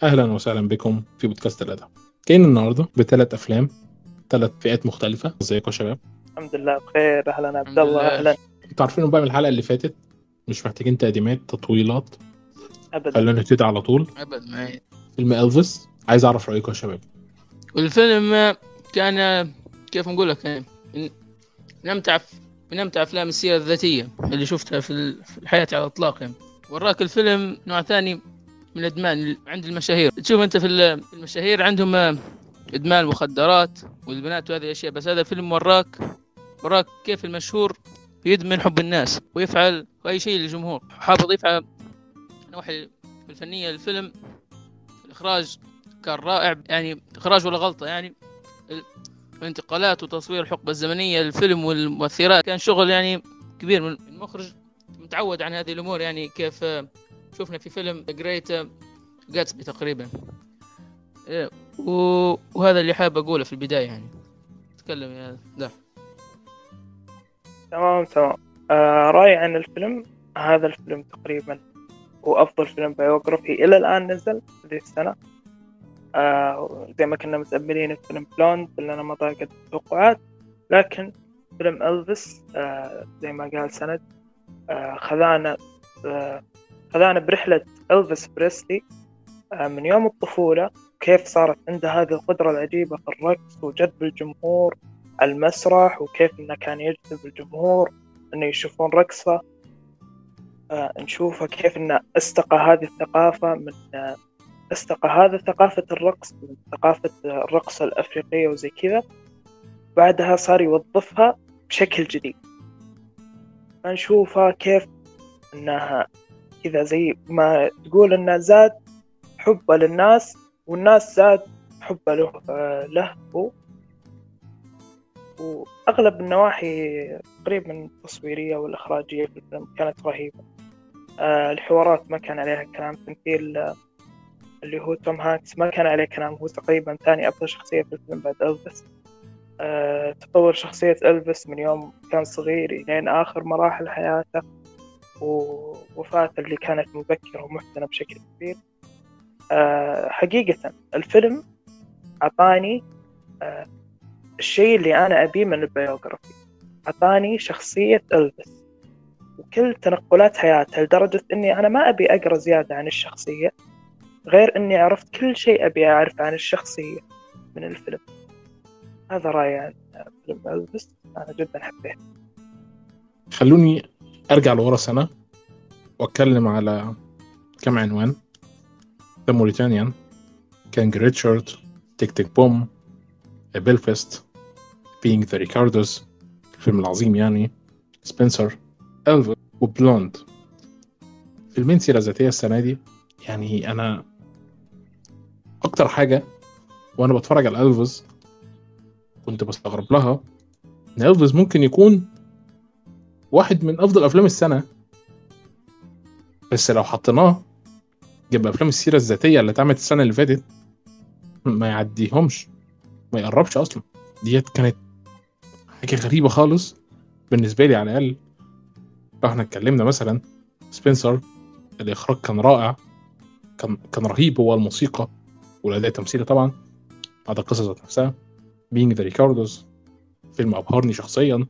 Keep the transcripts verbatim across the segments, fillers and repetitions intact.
اهلا وسهلا بكم في بودكاست الادب. كاين النهارده بثلاث افلام، ثلاث فئات مختلفه. ازيكم يا شباب؟ الحمد لله بخير. اهلا عبد الحمد الله. لله. اهلا. انتوا عارفين بقى من الحلقه اللي فاتت مش محتاجين تقديمات تطويلات. ابدا. خلونا نبتدي على طول. أبد معي. فيلم الفيس، عايز اعرف رايكم يا شباب. والفيلم كان كيف نقول لك يعني من من أمتع من أمتع أفلام السيرة الذاتية اللي شفتها في ال- في الحياة على الإطلاق. يعني وراك الفيلم نوع ثاني من الإدمان عند المشاهير. تشوف أنت في ال- المشاهير عندهم إدمان المخدرات والبنات وهذه الأشياء، بس هذا الفيلم وراك وراك كيف المشهور يدمن حب الناس ويفعل أي شيء للجمهور. حاب أضيف على النواحي الفنية للفيلم. الإخراج كان رائع، يعني إخراج ولا غلطة. يعني الانتقالات وتصوير الحقبة الزمنية للفيلم والمؤثرات كان شغل يعني كبير من المخرج، متعود عن هذه الأمور. يعني كيف شفنا في فيلم جريت جاتسبي تقريبا. وهذا اللي حاب أقوله في البداية. يعني تكلم يا ده. تمام تمام. آه رأيي عن الفيلم. هذا الفيلم تقريبا هو أفضل فيلم بايوغرافي إلى الآن نزل هذه السنة. آه زي ما كنا متأملين في فيلم بلوند لأننا ما ضاقت التوقعات، لكن فيلم ألفيس آه زي ما قال سند آه خذانا آه خذانا برحلة ألفيس بريسلي آه من يوم الطفولة، كيف صارت عنده هذه القدرة العجيبة في الرقص وجذب الجمهور على المسرح، وكيف إنه كان يجذب الجمهور إنه يشوفون رقصة. آه نشوفه كيف إنه استقى هذه الثقافة من آه استقى هذه ثقافة الرقص من ثقافة الرقص الأفريقية وزي كذا، بعدها صار يوظفها بشكل جديد. فنشوفها كيف إنها كذا زي ما تقول إنه زاد حبه للناس والناس زاد حبه له, آه له هو. وأغلب النواحي تقريبا التصويرية والإخراجية في الفيلم كانت رهيبة. آه الحوارات ما كان عليها كلام. تمثيل آه اللي هو توم هانكس ما كان عليه كلام، هو تقريبا ثاني أفضل شخصية في الفيلم بعد ألفيس. آه تطور شخصية ألفيس من يوم كان صغير إلى آخر مراحل حياته، ووفاته اللي كانت مبكرة ومحزنة بشكل كبير. آه حقيقة الفيلم أعطاني آه الشيء اللي أنا أبيه من البيوغرافي. أعطاني شخصية ألفيس وكل تنقلات حياته، لدرجة أني أنا ما أبي أقرأ زيادة عن الشخصية غير أني عرفت كل شيء أبي أعرف عن الشخصية من الفيلم. هذا رأيي عن فيلم ألفيس، أنا جدا حبيت. خلوني ارجع لورا سنه واتكلم على كم عنوان. ذا موريتانيان، كانج ريتشارد، تيك تيك بوم، بيلفست، بينج ذا ريكاردوز، الفيلم العظيم يعني، سبنسر، الفيس، وبلوند. فيلمين سيرة ذاتية السنة دي. يعني أنا أكتر حاجة وأنا بتفرج على ألفيس كنت بستغرب لها إن ألفيس ممكن يكون واحد من أفضل أفلام السنة، بس لو حطيناه جنب أفلام السيرة الذاتية اللي اتعملت السنة اللي فاتت ما يعديهمش، ما يقربش أصلا. ديت كانت حاجة غريبة خالص بالنسبة لي على الأقل. لو احنا اتكلمنا مثلا سبنسر، الإخراج كان رائع، كان كان رهيب. هو الموسيقى والأداء التمثيلي طبعا بعد القصة ذات نفسها. بينج ذا ريكاردوز، فيلم أبهرني شخصيا.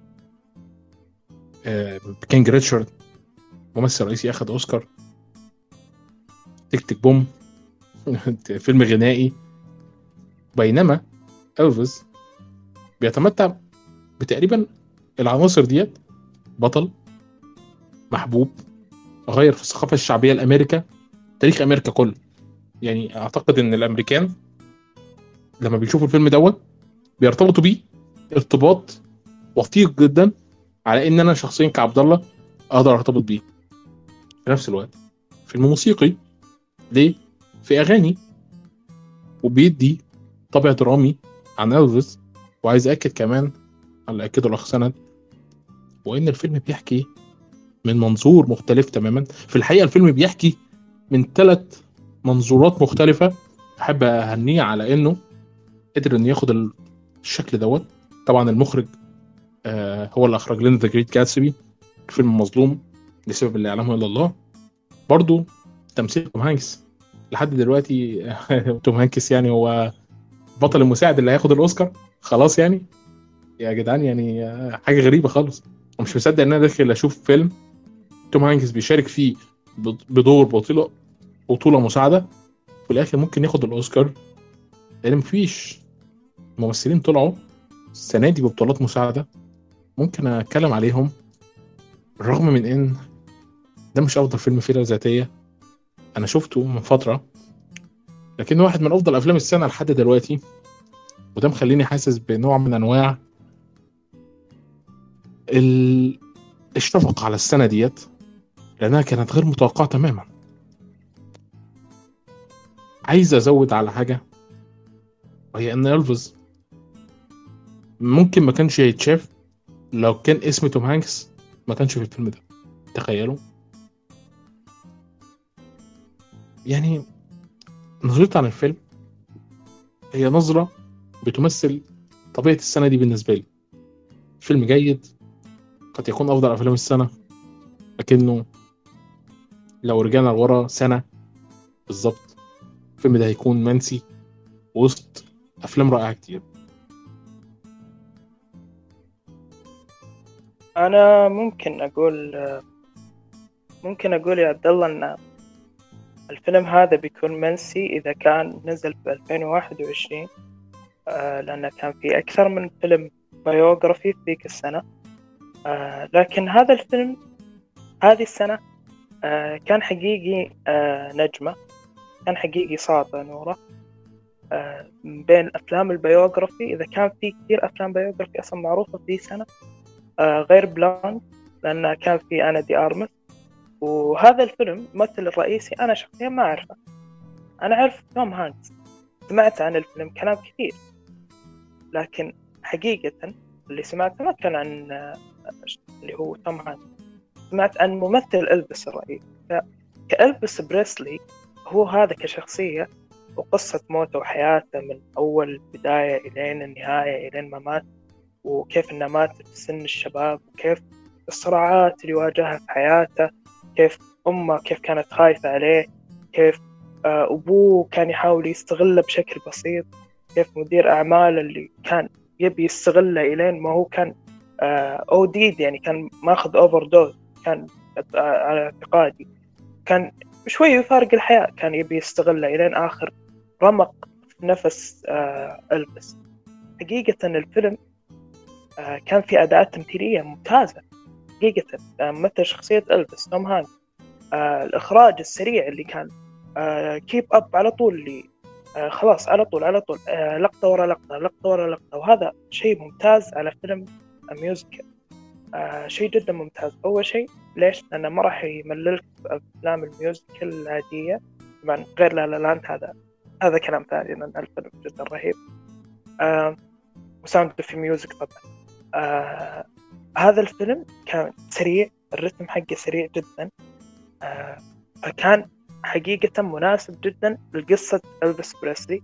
آه، كينج ريتشارد، ممثل رئيسي أخذ أوسكار. تيك تيك بوم فيلم غنائي. بينما ألفيس بيتمتع بتقريبا العناصر ديت: بطل محبوب، غير في الثقافة الشعبية لأمريكا، تاريخ أمريكا كله. يعني أعتقد إن الأمريكان لما بيشوفوا الفيلم دوت بيرتبطوا بيه ارتباط وثيق جدا، على إن أنا شخصيا كعبد الله أقدر أرتبط بيه. في نفس الوقت فيلم موسيقي، ليه؟ في أغاني، وبيدي طابع درامي عن ألفيس. وعايز أكد كمان على أكده الأخ سند، وإن الفيلم بيحكي من منظور مختلف تماما. في الحقيقة الفيلم بيحكي من ثلاث منظورات مختلفة. أحب أهنيه على إنه قدر إنه ياخد الشكل دوت. طبعا المخرج آه هو اللي أخرج لنا ذا جريت جاتسبي، الفيلم مظلوم لسبب اللي يعلمه إلا الله. برضو تمثيل توم هانكس لحد دلوقتي توم هانكس يعني هو بطل المساعد اللي هياخد الاوسكار خلاص يعني. يا جدعان يعني حاجه غريبه خالص. ومش مصدق ان انا داخل اشوف فيلم توم هانكس بيشارك فيه بدور بطوله بطوله مساعده، في الاخر ممكن ياخد الاوسكار لان مفيش ممثلين طلعوا السنه دي ببطولات مساعده ممكن اتكلم عليهم، بالرغم من ان ده مش افضل فيلم سيرة ذاتيه انا شفته من فتره، لكنه واحد من افضل افلام السنه لحد دلوقتي. وده مخليني حاسس بنوع من انواع ال... الشفقه على السنه ديت، لانها كانت غير متوقعه تماما. عايز ازود على حاجه، وهي ان إلفيس ممكن ما كانش يتشاف لو كان اسم توم هانكس ما كانش في الفيلم ده. تخيلوا يعني. نظرتي عن الفيلم هي نظرة بتمثل طبيعة السنة دي بالنسبة لي. فيلم جيد، قد يكون أفضل أفلام السنة، لكنه لو رجعنا لورا سنة بالظبط الفيلم ده هيكون منسي وسط أفلام رائعة كتير. أنا ممكن أقول ممكن أقول يا عبد الله أن الفيلم هذا بيكون منسي إذا كان نزل في ألفين وواحد وعشرين، آه لأنه كان في أكثر من فيلم بايوغرافي في ذيك السنة. آه لكن هذا الفيلم هذه السنة آه كان حقيقي آه نجمة، كان حقيقي ساطع نوره. آه بين أفلام البايوغرافي، إذا كان في كثير أفلام بايوغرافي أصلا معروفة في سنة آه غير بلاند، لأنه كان في أنا دي أرمس. وهذا الفيلم الممثل الرئيسي أنا شخصيا ما أعرفه، أنا أعرف توم هانكس، سمعت عن الفيلم كلام كثير، لكن حقيقة اللي سمعته ما كان عن آه اللي هو توم هانكس، سمعت عن ممثل إلفيس الرئيسي. كإلفيس بريسلي هو هذا كشخصية، وقصة موته وحياته من أول بداية إلين النهاية إلين ما مات، وكيف إنه مات في سن الشباب، وكيف الصراعات اللي واجهها في حياته، كيف أمه كيف كانت خايفة عليه، كيف أبوه كان يحاول يستغله بشكل بسيط، كيف مدير أعمال اللي كان يبي يستغله إلين ما هو كان أوديد، يعني كان ماخذ أوفر دوز، كان على اعتقادي كان شوي يفارق الحياة، كان يبي يستغله إلين آخر رمق نفس إلفيس. حقيقة الفيلم كان في أداءات تمثيلية ممتازة حقيقة، مثل شخصية إلفيس توم هانكس، الإخراج السريع اللي كان كيب أب على طول، اللي خلاص على طول على طول لقطة ورا لقطة لقطة ورا لقطة، وهذا شيء ممتاز على فيلم ميوزيكال. شيء جدا ممتاز. أول شيء ليش؟ لأنه ما راح يمللك أفلام الميوزيكال العادية، طبعا غير لا لا لاند، هذا هذا كلام ثاني لأن الفيلم جدا رهيب. آه وساوند في ميوزك طبعا. آه هذا الفيلم كان سريع، الرتم حقه سريع جدا، آه فكان حقيقة مناسب جدا لقصة إلفيس بريسلي،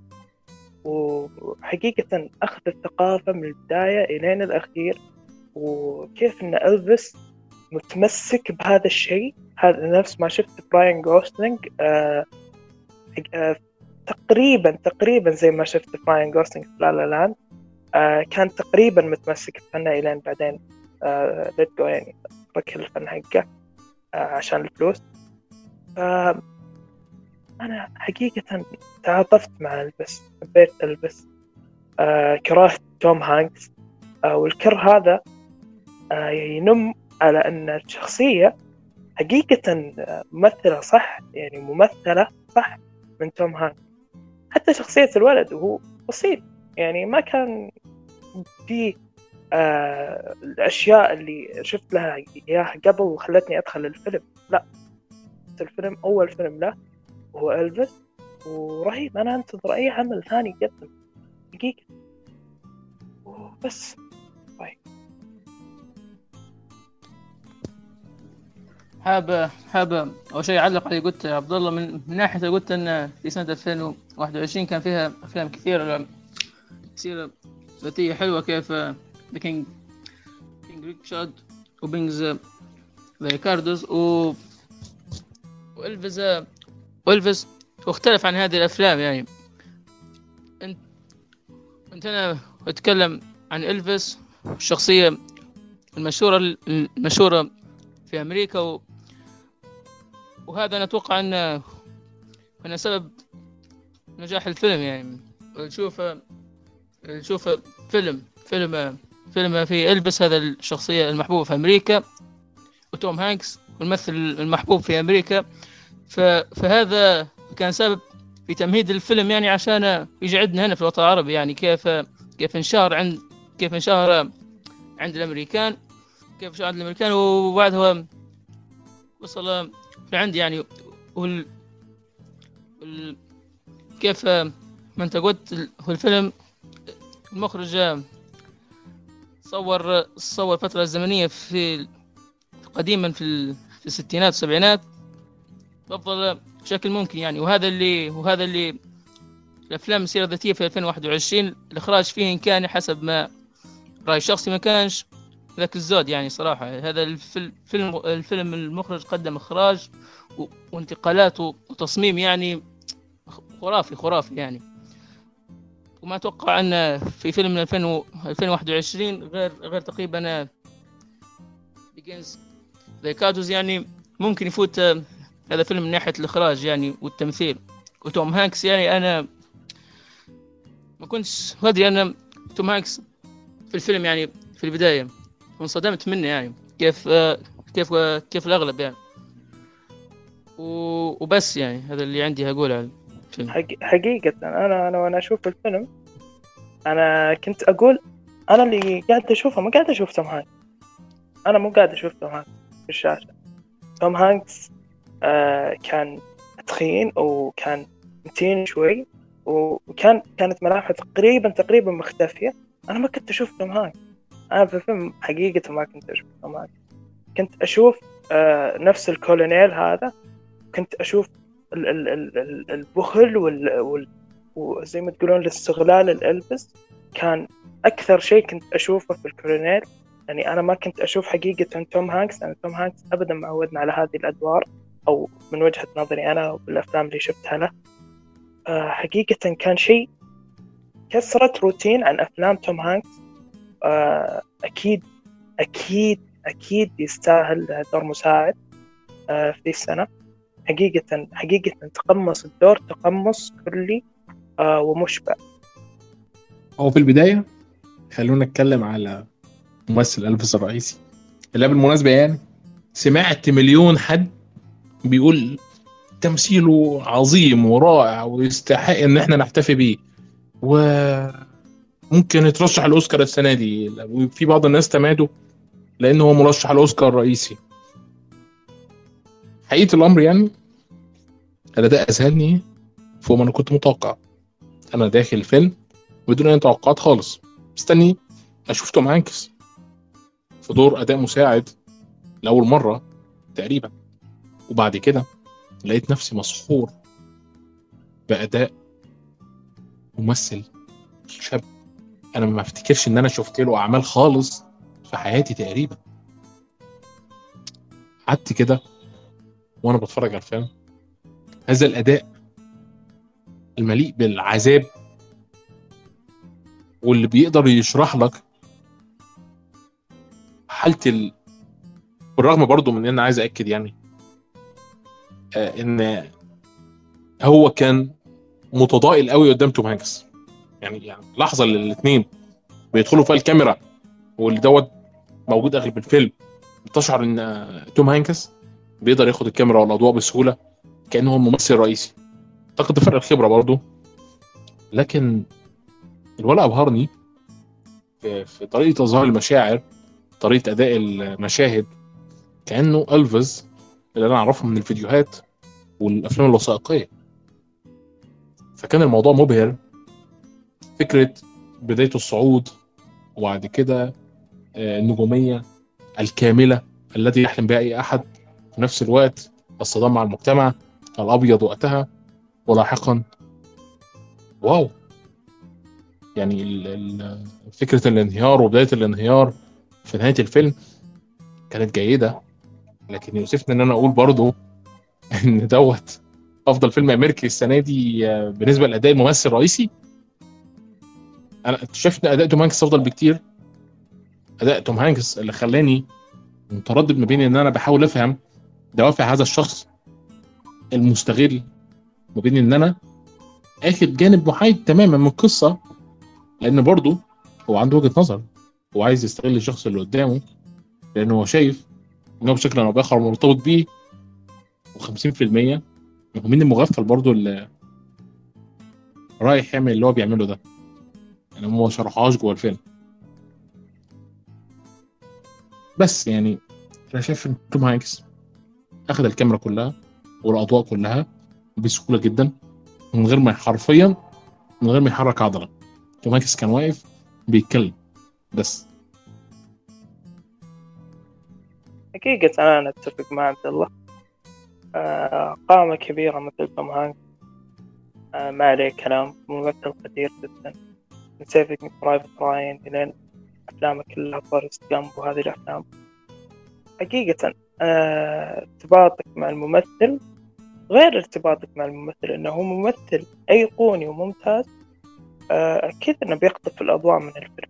وحقيقة أخذ الثقافة من البداية إلين الأخير، وكيف إن إلفيس متمسك بهذا الشيء. هذا نفس ما شفت براين غوسلينج آه آه تقريبا تقريبا زي ما شفت براين غوسلينج في لا لا لاند، آه كان تقريبا متمسك بفنه إلين بعدين آه ليت جو، يعني ترك الفن حقه آه عشان الفلوس. آه أنا حقيقة تعاطفت مع إلفيس، حبيت إلفيس، آه كرهت توم هانكس، آه والكره هذا آه ينم على أن الشخصية حقيقة ممثلة صح، يعني ممثلة صح من توم هانكس. حتى شخصية الولد وهو بسيط، يعني ما كان في آه الأشياء اللي شفت لها إياها قبل وخلتني أدخل الفيلم. لا، الفيلم أول فيلم له وهو إلفيس، ورهيب. أنا أنتظر أي عمل ثاني يقدم حقيقة بس. طيب حابة حابة أول شيء أعلق على قلت يا عبد الله، من ناحية قلت أن في سنة ألفين وواحد وعشرين كان فيها أفلام كثيرة كثيرة ذاتية حلوة، كيف The King King Richard وبينجز ذا ريكاردوز و وإلفيس وإلفيس واختلف عن هذه الأفلام يعني. أنت أنت أنا أتكلم عن إلفيس، الشخصية المشهورة المشهورة في أمريكا، و... وهذا نتوقع أن أن سبب نجاح الفيلم يعني. نشوف نشوف فيلم فيلم فيلم في إلفيس، هذا الشخصية المحبوبة في أمريكا، وتوم هانكس الممثل المحبوب في أمريكا. ف... فهذا كان سبب في تمهيد الفيلم يعني، عشان يجي عندنا هنا في الوطن العربي يعني. كيف كيف انشهر عند كيف انشهر عند الأمريكان كيف انشهر عند الأمريكان وبعدها وصل لعندي يعني. وال... وال... كيف ما انت قلت، هو الفيلم المخرج صور صور الفترة الزمنية في قديما في, ال... في الستينات والسبعينات بأفضل شكل ممكن يعني. وهذا اللي وهذا اللي الأفلام السيرة الذاتية في ألفين وواحد وعشرين الإخراج فيه إن كان حسب ما رأي شخصي ما كانش ذاك الزود يعني صراحة. هذا الفيلم الفيلم المخرج قدم إخراج وانتقالات وتصميم يعني خرافي خرافي يعني. وما أتوقع أن في فيلم من ألفين وواحد وعشرين غير غير تقريبا بيجنز ذا كادوز يعني ممكن يفوت هذا فيلم من ناحية الإخراج يعني والتمثيل. وتوم هانكس يعني أنا ما كنتش أدري أن توم هانكس في الفيلم يعني في البداية، وانصدمت منه يعني كيف كيف كيف الأغلب يعني. وبس يعني هذا اللي عندي هقول على الفيلم. حقيقة أنا أنا وأنا أشوف الفيلم أنا كنت أقول أنا اللي قاعد أشوفه ما قاعد أشوف توم هانكس. أنا مو قاعد أشوف توم هانكس في الشاشة. توم هانكس آه كان تخين وكان متين شوي، وكان كانت ملامحه تقريبا تقريبا مختفية. أنا ما كنت أشوف توم هانكس. أنا في الفيلم حقيقة ما كنت أشوف توم هانكس. كنت أشوف آه نفس الكولونيل هذا. كنت أشوف ال ال ال البخل وال وال وزي ما تقولون الاستغلال الألبس كان أكثر شيء كنت أشوفه في الكولونيل يعني. أنا ما كنت أشوف حقيقة توم هانكس. أنا توم هانكس أبدا ما عودنا على هذه الأدوار، أو من وجهة نظري أنا بالأفلام اللي شفتها له أه حقيقة كان شيء كسرت روتين عن أفلام توم هانكس. أه أكيد أكيد أكيد يستاهل دور مساعد أه في السنة. حقيقة حقيقة تقمص الدور تقمص كلي أه ومشبع. هو في البداية خلونا نتكلم على ممثل ألفيس الرئيسي اللي بالمناسبة يعني سمعت مليون حد بيقول تمثيله عظيم ورائع ويستحق ان احنا نحتفي بيه وممكن يترشح الأوسكار السنة دي. وفي بعض الناس تمادوا لأنه هو مرشح الأوسكار الرئيسي. حقيقة الأمر يعني الأداء أذهلني فوق ما أنا كنت متوقع. أنا داخل الفيلم بدون أي توقعات خالص، مستني أشوف توم هانكس في دور أداء مساعد لأول مرة تقريبا، وبعد كده لقيت نفسي مسحور بأداء ممثل شاب أنا ما افتكرش إن أنا شفت له أعمال خالص في حياتي تقريبا. قعدت كده وأنا بتفرج على الفيلم، هذا الأداء المليء بالعذاب واللي بيقدر يشرح لك حالة ال... بالرغم برضو من ان انا عايز اكد يعني آه ان هو كان متضائل قوي قدام توم هانكس يعني. يعني لحظة اللي الاثنين بيدخلوا فيها الكاميرا واللي دوت موجود اغلب الفيلم بتشعر ان آه توم هانكس بيقدر ياخد الكاميرا والاضواء بسهولة كأنه هو الممثل الرئيسي. اعتقد فرق الخبرة برضو، لكن الولا ابهرني في, في طريقة اظهار المشاعر، طريقة اداء المشاهد، كأنه ألفيس اللي انا اعرفه من الفيديوهات والافلام الوثائقية. فكان الموضوع مبهر، فكرة بداية الصعود وبعد كده النجومية الكاملة التي يحلم بها اي احد، في نفس الوقت الصدام مع المجتمع الابيض وقتها، ولاحقا واو يعني ال ال فكرة الانهيار وبداية الانهيار في نهاية الفيلم كانت جيدة. لكن يوسفني ان انا اقول برضو ان دوت افضل فيلم امريكي السنه دي آه، بالنسبه لاداء الممثل الرئيسي، انا شايف ان اداء توم هانكس افضل بكتير. اداء توم هانكس اللي خلاني متردد ما بين ان انا بحاول افهم دوافع هذا الشخص المستغل، ما بين ان انا اخد جانب محايد تماما من القصه، لان برضه هو عنده وجهه نظر، هو عايز يستغل الشخص اللي قدامه، لانه هو شايف ان هو بشكل او باخر مرتبط بيه. و50% هو مين المغفل برضه اللي رايح يعمل اللي هو بيعمله ده؟ يعني هم ما شرحوهاش جوه الفيلم. بس يعني انا شايف ان توم هانكس اخذ الكاميرا كلها والاضواء كلها بسهوله جدا، من غير ما حرفيا من غير ما يحرك عضله. توم هانكس كان واقف بيتكلم بس. حقيقة أنا أتفق مع عبد الله. آه قامة كبيرة مثل توم هانكس آه ما عليه كلام، ممثل قدير جدا، من سيفينج برايفت راين إلين أفلامه كلها، فورست جامب وهذه الأفلام. حقيقة آه، ارتباطك مع الممثل غير ارتباطك مع الممثل، إنه هو ممثل أيقوني وممتاز، آه أكيد إنه بيخطف الأضواء من الفيلم.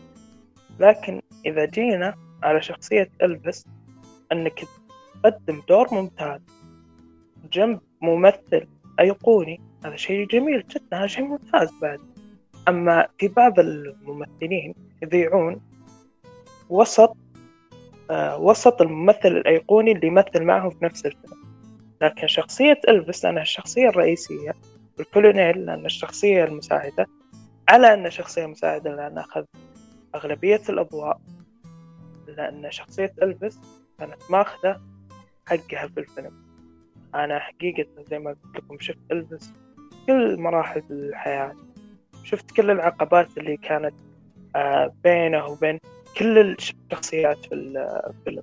لكن إذا جينا على شخصية إلفيس، أنك تقدم دور ممتاز جنب ممثل أيقوني، هذا شيء جميل جدا، هذا شيء ممتاز بعد. أما في بعض الممثلين يضيعون وسط آه وسط الممثل الأيقوني اللي يمثل معه في نفس الفيلم. لكن شخصية إلفيس لأنها الشخصية الرئيسية، والكولونيل لأن الشخصية المساعدة، على أن شخصية مساعدة لأن أخذ أغلبية الأضواء، لأن شخصية إلفيس كانت ماخذة حقها في الفيلم. أنا حقيقة زي ما قلت لكم شفت إلفيس كل مراحل الحياة، شفت كل العقبات اللي كانت آه بينه وبين كل الشخصيات في الفيلم.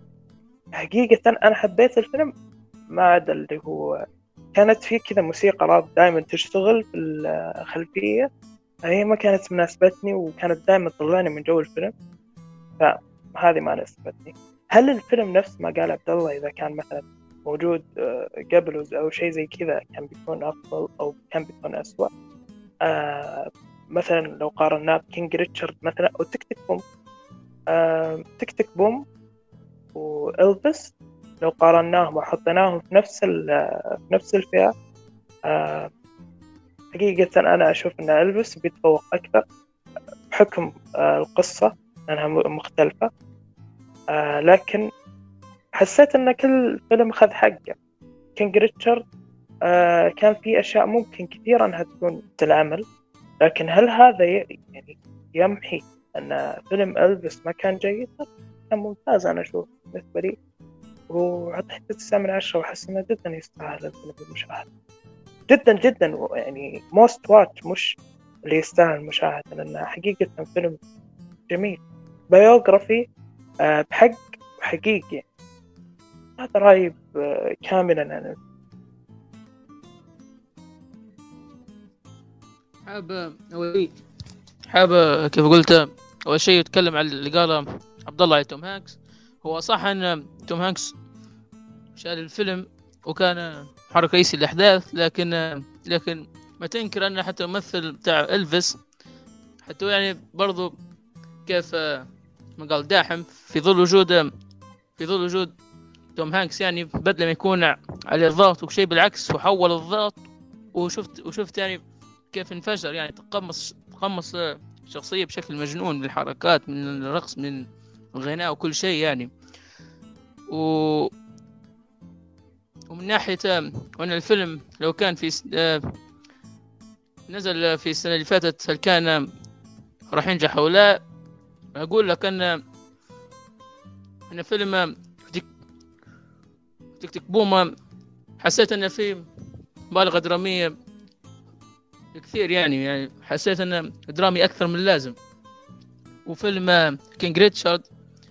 حقيقة أنا حبيت الفيلم، ما عدا اللي هو كانت فيه كذا موسيقى راب دائما تشتغل في الخلفية، هي ما كانت مناسبتني، وكانت دائما تطلعني من جو الفيلم، فهذه ما ناسبتني. هل الفيلم نفس ما قال عبد الله إذا كان مثلا موجود قبله أو شيء زي كذا كان بيكون أفضل أو كان بيكون أسوأ؟ آه مثلا لو قارناه بكينج ريتشارد مثلا أو تيك تيك بوم، آه تيك تيك بوم وإلفيس، لو قارناهم وحطيناهم في نفس في نفس الفئة، آه حقيقة أنا أشوف أن إلفيس بيتفوق أكثر بحكم آه القصة لأنها مختلفة. آه لكن حسيت أن كل فيلم خذ حقه. كينج ريتشارد آه كان فيه أشياء ممكن كثيرة أنها تكون العمل، لكن هل هذا يعني يمحي أن فيلم إلفيس ما كان جيد؟ كان ممتاز أنا أشوف بالنسبة لي، وعطيت تسعة من عشرة، وحس إنه جدا يستاهل الفيلم المشاهدة جدا جدا، يعني موست واتش مش اللي يستاهل المشاهدة، لأنه حقيقة فيلم جميل بايوغرافي آه بحق حقيقي. هذا رأيي كاملا أنا. حاب أولي حاب كيف قلت أول شيء يتكلم عن اللي قاله عبد الله على توم هانكس. هو صح أن توم هانكس شال الفيلم وكان حركة رئيسي الأحداث، لكن لكن ما تنكر أن حتى الممثل بتاع إلفيس حتى يعني برضو كيف ما قال داحم في ظل وجود في ظل وجود توم هانكس، يعني بدل ما يكون عليه الضغط وشيء بالعكس وحول الضغط، وشفت وشفت يعني كيف انفجر، يعني تقمص تقمص الشخصية بشكل مجنون، من الحركات من الرقص من الغناء وكل شيء يعني. و ومن ناحية وأن الفيلم لو كان في نزل في السنة اللي فاتت هل كان راح ينجح أو لا؟ أقول لك أن أن فيلم تيك تيك تيك بوم حسيت أن فيه مبالغة درامية كثير، يعني يعني حسيت أنه درامي أكثر من اللازم. وفيلم كينج ريتشارد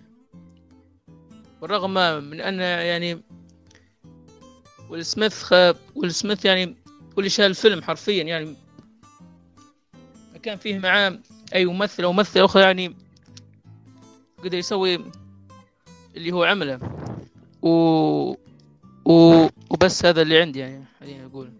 بالرغم من أن يعني ويل سميث خ... ويل سميث يعني واللي شال الفيلم حرفيا، يعني ما كان فيه معاه أي ممثل أو ممثل أخرى يعني قدر يسوي اللي هو عمله. و و... وبس هذا اللي عندي يعني خليني أقول.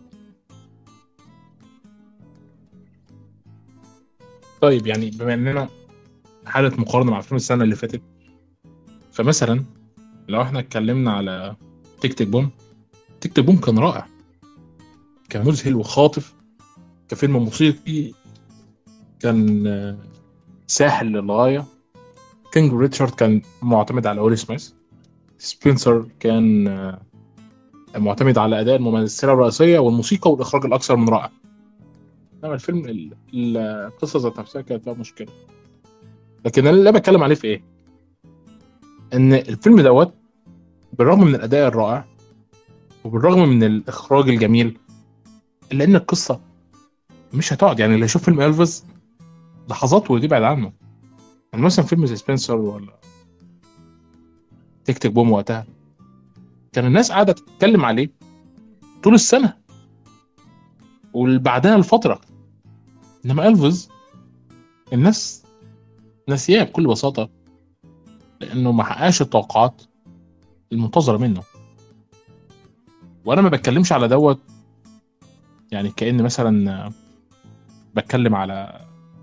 طيب يعني بما اننا حالة مقارنة مع فيلم السنة اللي فاتت، فمثلا لو احنا اتكلمنا على تيك تيك بوم، تيك تيك بوم كان رائع، كان مذهل وخاطف، كفيلم موسيقي كان آه، ساحل للغاية. كينج ريتشارد كان معتمد على ويل سميث. سبنسر كان آه، معتمد على أداء الممثلة الرئيسية والموسيقى والإخراج الأكثر من رائع. إنما الفيلم ال- ال- القصة ذات نفسها كانت فيها مشكلة. لكن أنا اللي بتكلم عليه في إيه؟ إن الفيلم دوت بالرغم من الأداء الرائع وبالرغم من الإخراج الجميل، إلا إن القصة مش هتقعد. يعني اللي يشوف فيلم إلفيس لحظات ويبعد عنه. يعني مثلا فيلم زي سبنسر ولا تيك تيك بوم، وقتها كان الناس قاعدة تتكلم عليه طول السنة وبعدها الفترة. إنما إلفيس الناس ناسياه بكل بساطة، لأنه ما حققش التوقعات المنتظرة منه. وأنا ما بتكلمش على دوت يعني كأن مثلا بتكلم على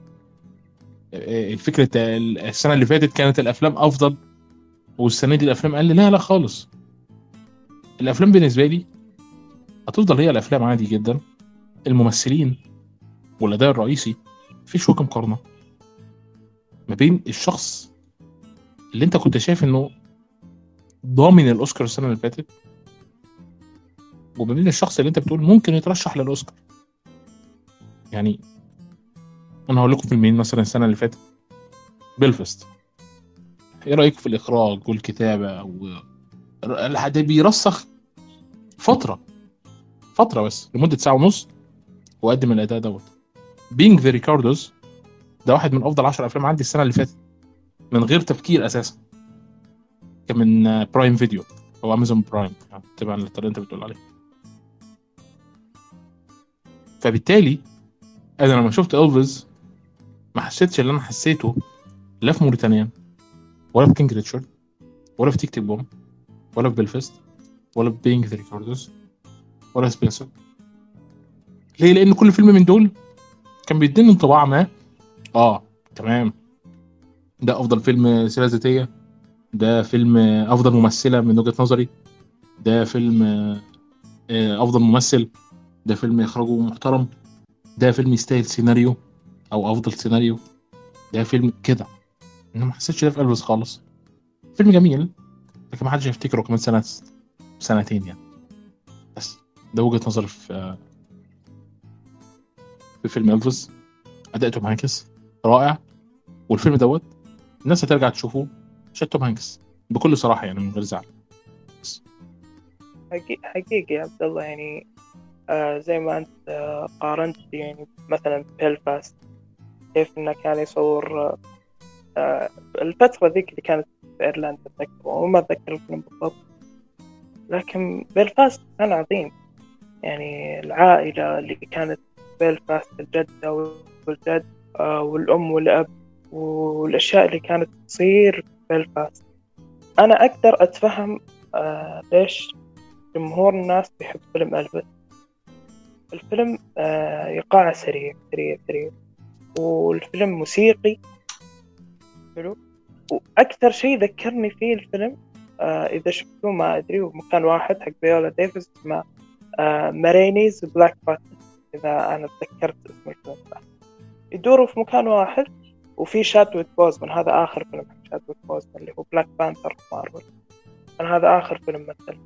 فكرة السنة اللي فاتت كانت الأفلام أفضل والسنة دي الأفلام أقل. لا لا خالص. الأفلام بالنسبة لي هتفضل هي الأفلام عادي جدا. الممثلين والأداء الرئيسي مفيش وجه مقارنة ما بين الشخص اللي أنت كنت شايف إنه ضامن الأوسكار السنة اللي فاتت وما بين الشخص اللي أنت بتقول ممكن يترشح للأوسكار. يعني أنا هقول لكم فيلمين مثلا السنة اللي فاتت. بيلفست، إيه رأيك في الإخراج والكتابة و... ده بيرسخ فترة فترة بس لمدة ساعة ونص وقدم الأداء دوت. بينج ذا ريكاردوز ده واحد من أفضل عشر أفلام عندي السنة اللي فاتت من غير تفكير أساسا. كان من برايم فيديو أو أمازون برايم يعني تبع الطريقة اللي أنت بتقول عليه. فبالتالي أنا لما شفت إلفيس ما حسيتش اللي أنا حسيته لا في موريتانيا ولا في كينج ريتشارد ولا في تيك تيك بوم ولا في بيلفست ولا في بينج ذا ريكاردوز ولا سبنسر. ليه؟ لأن كل فيلم من دول كان بيديني انطباع ما. اه تمام، ده افضل فيلم سيرة ذاتية، ده فيلم افضل ممثلة من وجهة نظري، ده فيلم افضل ممثل، ده فيلم اخراجه محترم، ده فيلم يستاهل سيناريو او افضل سيناريو، ده فيلم كده. انا ما حسيتش ده في الفيس خالص. فيلم جميل لكن ما حدش هيفتكره كمان سنة سنتين يعني. بس ده وجهة نظري في في فيلم الفيس. اداء توم هانكس رائع، والفيلم دوت الناس هترجع تشوفه عشان توم هانكس بكل صراحة يعني من غير زعل. حقيقي حقيقي يا عبد الله، يعني آه زي ما أنت آه قارنت يعني مثلا بيلفاست، كيف إنه كان يصور آه الفترة ذيك اللي كانت في إيرلندا، أتذكر وما أتذكر الفيلم بالضبط، لكن بيلفاست كان عظيم. يعني العائلة اللي كانت بيلفاست، الجدة والجد آه والأم والأب، والأشياء اللي كانت تصير في بيلفاست، أنا أقدر أتفهم آه ليش جمهور الناس بيحب فيلم ألفيس. الفيلم آه إيقاعه سريع سريع سريع، والفيلم موسيقي حلو. وأكثر شيء ذكرني فيه الفيلم آه إذا شفتوه ما أدري، ومكان واحد حق فيولا ديفيس اسمه آه مارينيز بلاك باتن، إذا أنا تذكرت اسم الفيلم صح. يدوروا في مكان واحد وفي شادويك بوزمان، هذا آخر فيلم حق شادويك بوزمان اللي هو بلاك بانثر مارفل، كان هذا آخر فيلم مثل.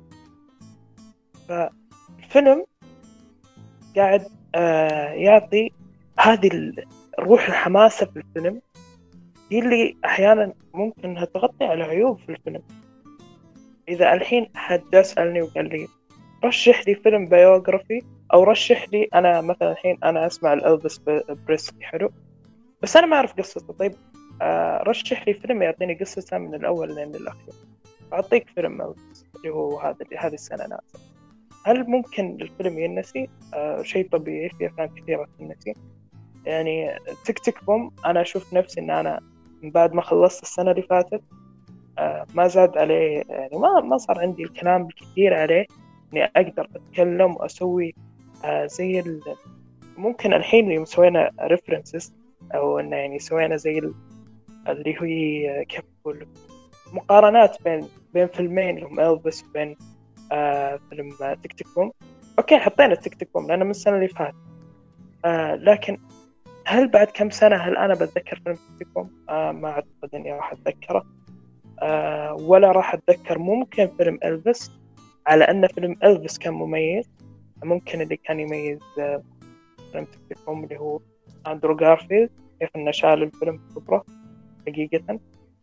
فالفيلم قاعد آه يعطي هذه الروح الحماسة في الفيلم، هي اللي أحيانا ممكن إنها تغطي على عيوب في الفيلم. إذا الحين حد سألني وقال لي رشح لي فيلم بايوغرافي، أو رشح لي أنا مثلا الحين أنا أسمع الألفيس بريسلي حلو بس أنا ما أعرف قصته، طيب آه رشح لي فيلم يعطيني قصته من الأول لين الأخير، أعطيك فيلم ألفيس اللي هو هذا اللي هذه السنة نازل. هل ممكن الفيلم ينسي؟ آه شيء طبيعي، في أفلام كثيرة تنسي. يعني تيك تيك بوم أنا أشوف نفسي إن أنا من بعد ما خلصت السنة اللي فاتت آه ما زاد عليه، يعني ما ما صار عندي الكلام الكثير عليه إني أقدر أتكلم وأسوي آه زي ال... ممكن الحين يوم سوينا ريفرنسز أو إنه يعني سوينا زي ال... اللي هي كيف أقول مقارنات بين بين فيلمين اللي هم إلفيس وبين آه فيلم آه تيك تيك بوم. أوكي حطينا تيك تيك بوم لأنه من السنة اللي فاتت، آه لكن هل بعد كم سنة هل أنا بتذكر فيلم تيك تيك بوم؟ آه ما أعتقد إني راح أتذكره، آه ولا راح أتذكر ممكن فيلم إلفيس، على أن فيلم إلفيس كان مميز. ممكن اللي كان يميز آه فيلم تيك تيك بوم اللي هو أندرو غارفيلد، كيف إنه شال الفيلم كبره حقيقة.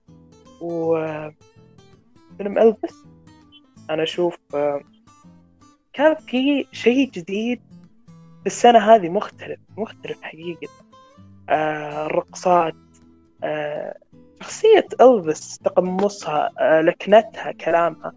وفيلم إلفيس أنا أشوف آه كان في شيء جديد في السنة هذه، مختلف مختلف حقيقة. آه الرقصات، آه شخصية إلفيس، تقمصها، آه لكنتها، كلامها،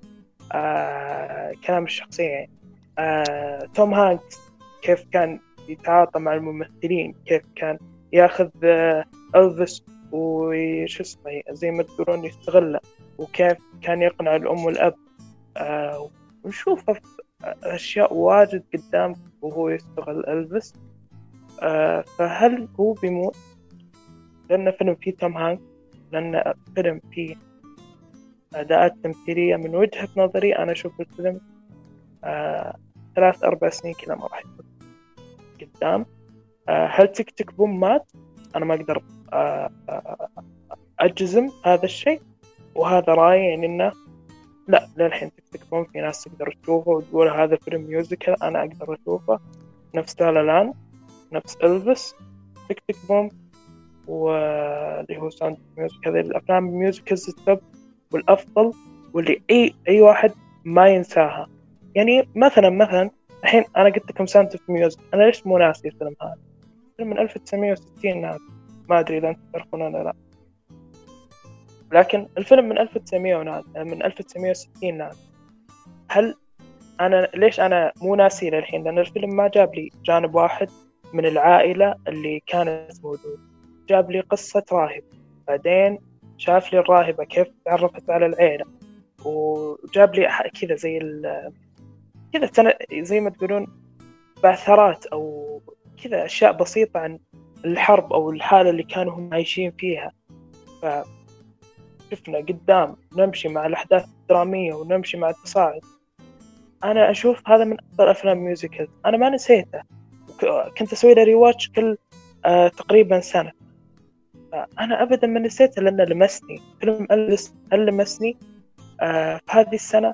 آه كلام الشخصية يعني. آه توم هانكس كيف كان يتعاطى مع الممثلين، كيف كان ياخذ آه إلفيس وش اسمه زي ما تقولون يستغله، وكيف كان يقنع الأم والأب. آه ونشوفه في أشياء واجد قدام وهو يستغل إلفيس. آه فهل هو بيموت لأن فيلم فيه توم هانكس، لأن فيلم فيه أداءات تمثيلية من وجهة نظري أنا أشوف الفيلم آه ثلاث أربع سنين كذا ما راح يكون قدام. آه هل تيك تيك بوم مات؟ أنا ما أقدر آه آه أجزم هذا الشيء، وهذا رأيي يعني إنه لا، للحين تيك تيك بوم في ناس تقدر تشوفه وتقول هذا فيلم ميوزيكال، أنا أقدر أشوفه نفس لا لا لاند، نفس إلفيس، تيك تيك بوم، واللي هو ساوند ميوزك. هذه الأفلام الميوزيكالز التوب والأفضل، واللي أي أي واحد ما ينساها. يعني مثلا مثلا الحين أنا قلت لكم ساوند ميوزك، أنا ليش مو ناسي الفيلم هذا؟ فيلم من ألف وتسعمية وستين هذا، ما أدري إذا أنتم تعرفونه ولا لا، لكن الفيلم من ألف وتسعمية وناد من ألف وتسعمية وستين ناد. هل أنا ليش أنا مو ناسي للحين؟ لأن الفيلم ما جاب لي جانب واحد من العائلة اللي كانت موجودة، جاب لي قصة راهب، بعدين شاف لي الراهبة كيف تعرفت على العيلة، وجاب لي كذا زي ال كذا سنة زي ما تقولون بعثرات أو كذا أشياء بسيطة عن الحرب أو الحالة اللي كانوا هم عايشين فيها. فشفنا قدام نمشي مع الأحداث الدرامية ونمشي مع التصاعد. أنا أشوف هذا من أفضل أفلام ميوزيكال، أنا ما نسيته، كنت أسوي له ريواتش كل آه تقريبا سنة. أنا أبدا ما نسيته لأنه لمسني. فيلم ألفيس هل لمسني آه في هذه السنة؟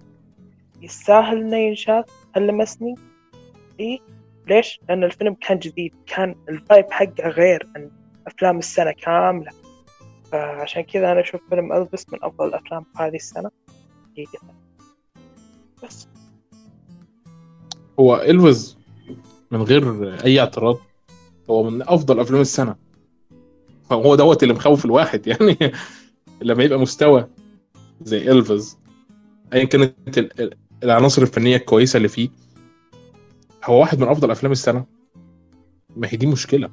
يستاهل إنه ينشاف. هل لمسني؟ إيه. ليش؟ لأن الفيلم كان جديد، كان الفايب حقه غير عن أفلام السنة كاملة. فعشان كذا أنا أشوف فيلم ألفيس من أفضل الأفلام في هذه السنة حقيقة. بس هو إلفيس من غير اي اعتراض هو من افضل افلام السنه. هو دوت اللي مخوف الواحد يعني لما يبقى مستوى زي إلفيس، ايا كانت ال- ال- العناصر الفنيه الكويسه اللي فيه، هو واحد من افضل افلام السنه. ما هي دي مشكله.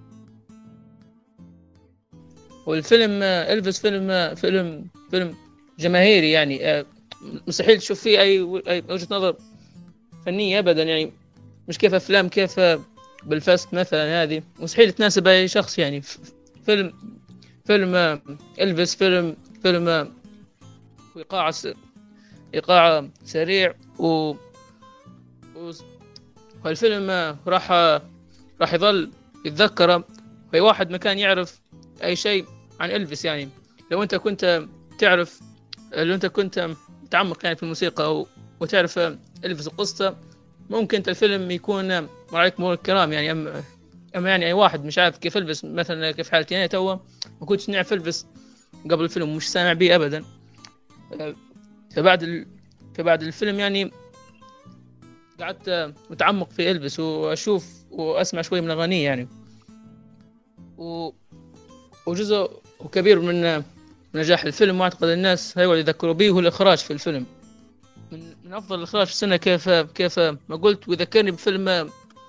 والفيلم آه، إلفيس فيلم آه، فيلم فيلم جماهيري يعني، آه، مستحيل تشوف فيه أي أي وجهة نظر فنية أبدا يعني. مش كيف أفلام كيف آه، بالفاست مثلا، هذه مستحيل تناسب أي شخص يعني. ف- فيلم فيلم آه، إلفيس فيلم فيلم آه، إيقاع س- إيقاع سريع و و- والفيلم آه، راح آه، راح يظل يتذكره في واحد ما كان يعرف أي شيء عن إلفيس يعني. لو أنت كنت تعرف لو أنت كنت متعمق يعني في الموسيقى و- وتعرف إلفيس وقصته، ممكن الفيلم يكون عليك مرور الكرام يعني. أما أما يعني أي واحد مش عارف كيف إلفيس مثلا، كيف حالتي أنا توا ما كنتش نعرف إلفيس قبل الفيلم ومش سامع به أبدا. فبعد ال... فبعد الفيلم يعني قعدت متعمق في إلفيس وأشوف وأسمع شوي من أغانيه يعني. و... وجزء كبير من نجاح الفيلم واعتقد الناس هيو يذكروا به هو الإخراج في الفيلم. من, من أفضل الإخراج في السنة كيف كيف ما قلت. وذكرني بفيلم آه،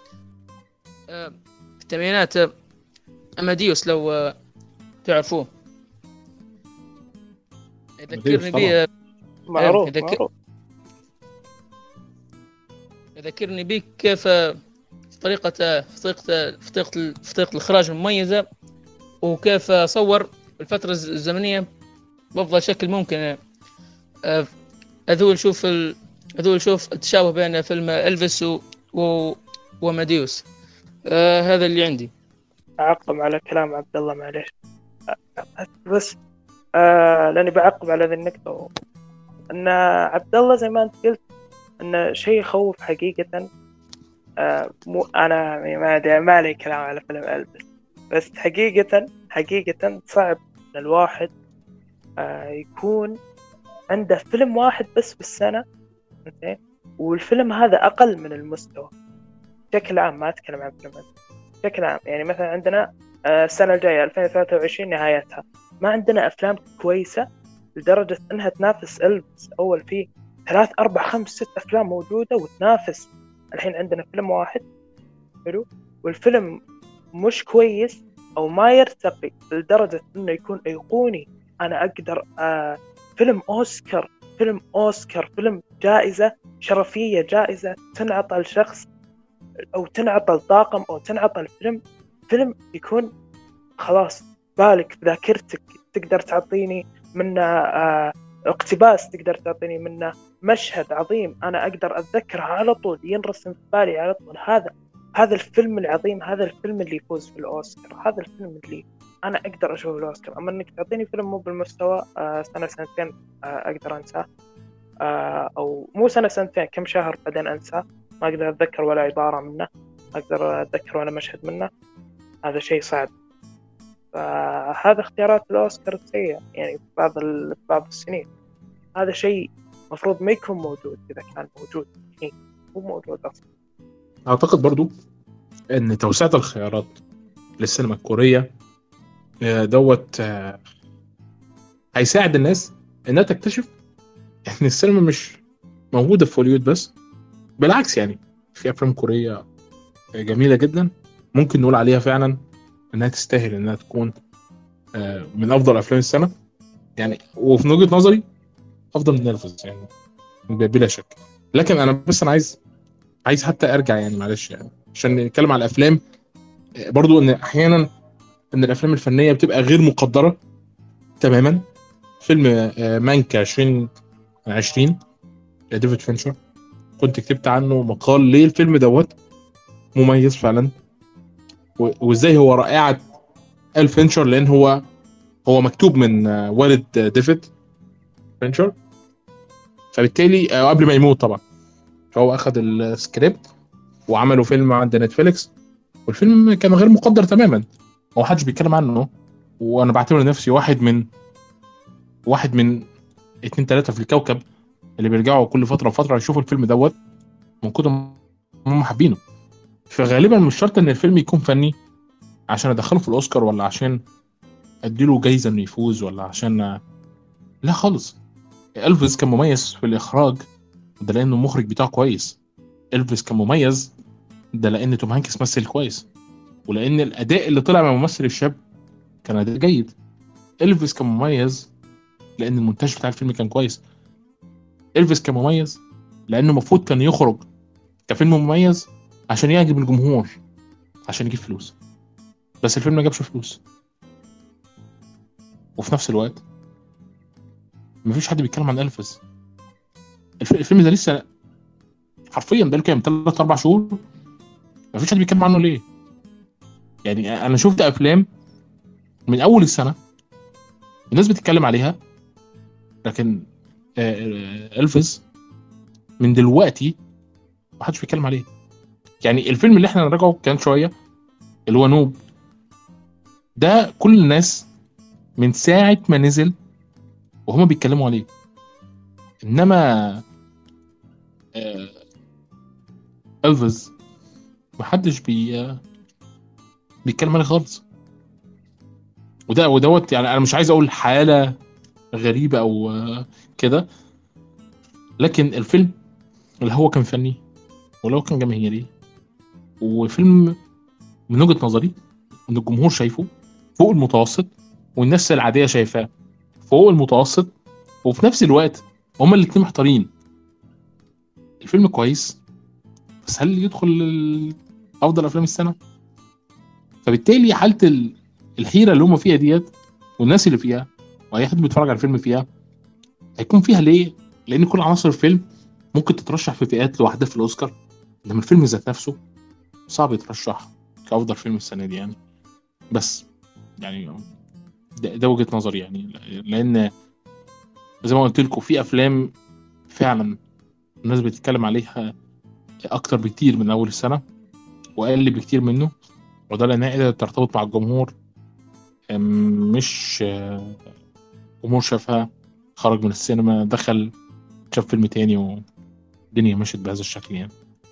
في الثمانينات آه، أماديوس، لو آه، تعرفوه، يذكرني طبعاً. بيه معروف إذا ك- معروف يذكرني بيك كيف في طريقة في طريقة في طريقة في طريقة الإخراج مميزة، وكيف صور الفترة الز- الزمنية بأفضل شكل ممكن. آه، أذول شوف ال... أذول شوف التشابه بين فيلم إلفيس و... و... وماديوس. آه هذا اللي عندي. أعقب على كلام عبد الله معليش. بس آه لاني بعقب على ذي النقطة، ان عبد الله زي ما انت قلت ان شيء يخوف حقيقة. آه مو انا ما ادري ما لي كلام على فيلم ألبس، بس حقيقة حقيقة صعب ان الواحد آه يكون عنده فيلم واحد بس بالسنة، زين، والفيلم هذا اقل من المستوى بشكل عام. ما اتكلم عن فيلم بشكل عام، يعني مثلا عندنا آه، السنة الجاية ألفين وثلاثة وعشرين نهايتها ما عندنا أفلام كويسة لدرجة أنها تنافس ألبس. أول فيه ثلاث أربع خمس ست أفلام موجودة وتنافس، الحين عندنا فيلم واحد حلو، والفيلم مش كويس أو ما يرتقي لدرجة أنه يكون أيقوني. أنا أقدر آه فيلم أوسكار، فيلم أوسكار، فيلم جائزة شرفية، جائزة تنعطى لشخص أو تنعطى الطاقم أو تنعطى الفيلم. فيلم يكون خلاص بالك في ذاكرتك، تقدر تعطيني منه آه اقتباس، تقدر تعطيني منه مشهد عظيم أنا أقدر أتذكره على طول، ينرسم في بالي على طول. هذا هذا الفيلم العظيم، هذا الفيلم اللي يفوز في الأوسكار، هذا الفيلم اللي أنا أقدر أشوفه الأوسكار. أما إنك تعطيني فيلم مو بالمستوى آه سنة سنتين آه أقدر أنساه، آه أو مو سنة سنتين كم شهر بعدين أنساه، ما أقدر أتذكر ولا عبارة منه، ما أقدر أتذكر ولا مشهد منه. هذا شيء صعب. فهذا اختيارات الأوسكار السيئة يعني في بعض ال... في بعض السنين. هذا شيء مفروض ما يكون موجود. إذا كان موجود شيء مو موجود أصلا. اعتقد برضو ان توسعة الخيارات للسينما الكورية آه، دوت آه، هيساعد الناس انها تكتشف ان السينما مش موجودة في هوليوود بس، بالعكس يعني في افلام كورية جميلة جدا ممكن نقول عليها فعلا انها تستاهل انها تكون آه، من افضل افلام السنة يعني، وفي وجهة نظري افضل من نيرفز يعني بلا شك. لكن انا بس انا عايز عايز حتى ارجع يعني معلش يعني عشان نتكلم على الافلام آه، برضو ان احيانا ان الافلام الفنيه بتبقى غير مقدره تماما. فيلم آه، مانكا عشرين عشرين ديفيد فينشر، كنت كتبت عنه مقال ليه الفيلم دوت مميز فعلا، و- وازاي هو رائعه ال فينشر، لان هو هو مكتوب من آه، والد آه، ديفيد فينشر، فبالتالي آه، قبل ما يموت طبعا، فهو اخذ السكريبت وعملوا فيلم عند نتفليكس، والفيلم كان غير مقدر تماما، هو محدش بيتكلم عنه، وانا بعتبر نفسي واحد من واحد من اتنين تلاتة في الكوكب اللي بيرجعوا كل فترة وفترة يشوفوا الفيلم دوت من كتر ما هم حابينه. فغالبا مش شرط ان الفيلم يكون فني عشان ادخله في الاوسكار، ولا عشان اديله جايزة انه يفوز، ولا عشان لا خالص. الفيس كان مميز في الاخراج، ده لانه المخرج بتاعه كويس. الفيس كان مميز ده لان توم هانكس مثل كويس، ولان الاداء اللي طلع من الممثل الشاب كان اداء جيد. الفيس كان مميز لان المونتاج بتاع الفيلم كان كويس. الفيس كان مميز لانه المفروض كان يخرج كفيلم مميز عشان يعجب الجمهور، عشان يجيب فلوس، بس الفيلم ما جابش فلوس. وفي نفس الوقت مفيش حد بيتكلم عن الفيس. الف- الفيلم ده لسه حرفيا بقاله كام ثلاثة أربعة شهور، مفيش حد بيتكلم عنه ليه؟ يعني انا شفت افلام من اول السنه الناس بتتكلم عليها، لكن آه، آه، الفيس من دلوقتي ما حدش بيتكلم عليه. يعني الفيلم اللي احنا نراجعه كان شويه اللي هو نوب، ده كل الناس من ساعه ما نزل وهما بيتكلموا عليه، انما آه، الفيس محدش بي آه، بيتكلم عليه خالص. وده ودوت يعني انا مش عايز اقول حاله غريبه او آه، كده، لكن الفيلم اللي هو كان فني ولو كان جماهيري، وفيلم من وجهه نظري ان الجمهور شايفه فوق المتوسط والناس العاديه شايفاه فوق المتوسط، وفي نفس الوقت هما الاتنين محتارين، الفيلم كويس بس هل يدخل ال- افضل افلام السنه؟ فبالتالي حاله ال- الحيره اللي هم فيها ديت، والناس اللي فيها، واي حد بيتفرج على الفيلم فيها هيكون فيها ليه؟ لان كل عناصر الفيلم ممكن تترشح في فئات لوحدها في الاوسكار، انما الفيلم ذات نفسه صعب يترشح كافضل فيلم السنه دي يعني. بس يعني ده, ده وجهه نظري يعني، لان زي ما قلت لكم في افلام فعلا الناس بتتكلم عليها اكتر بكتير من اول السنه واقل بكتير منه، وده لانها قدرت ترتبط مع الجمهور. أم، مش آه، جمهور شافها خرج من السينما دخل شاف فيلم تاني والدنيا مشت بهذا الشكل يعني.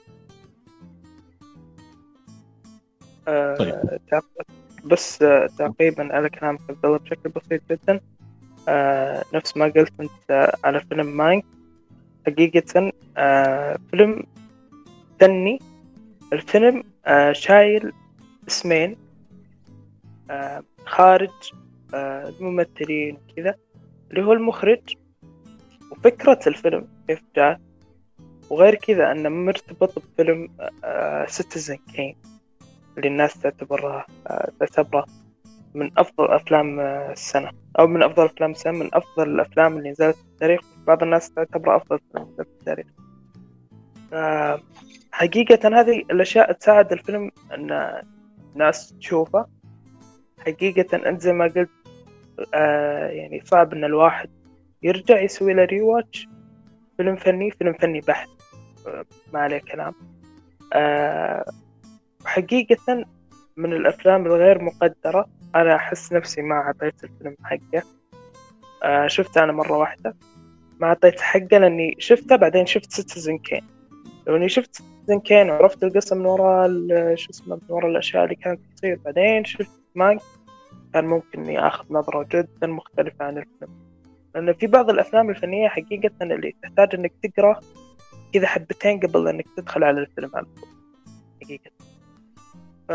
طيب آه تعق- بس آه تعقيبا على كلامك عبد الله بشكل بسيط جدا. آه نفس ما قلت انت آه على فيلم ماينك، حقيقة آه فيلم فني. الفيلم آه شايل اسمين آه خارج آه الممثلين كذا، اللي هو المخرج وفكرة الفيلم كيف جاء، وغير كذا أنه مرتبط بفيلم سيتيزن كين اللي الناس تعتبره آه تعتبره من أفضل أفلام آه السنة، أو من أفضل أفلام السنة، من أفضل الأفلام اللي نزلت في التاريخ. بعض الناس تعتبره أفضل فيلم نزل في التاريخ. آه حقيقة هذه الأشياء تساعد الفيلم أن الناس تشوفه. حقيقة أنت زي ما قلت آه يعني صعب أن الواحد يرجع يسوي له ريواتش فيلم فني فيلم فني بحت، آه ما عليه كلام. آه حقيقة من الأفلام الغير مقدرة، أنا أحس نفسي ما عطيت الفيلم حقه. آه شفته أنا مرة واحدة، ما عطيت حقه لأني شفته بعدين شفت سيتيزن كين. لو اني شفت سيتيزن كين وعرفت القصة من وراء ال- شو اسمه من وراء الاشياء اللي كانت تصير، بعدين شفت مانك، كان ممكن اني اخذ نظرة جدا مختلفة عن الفيلم. لان في بعض الافلام الفنية حقيقة اللي تحتاج انك تقرا كذا حبتين قبل انك تدخل على الفيلم على طول حقيقة. ف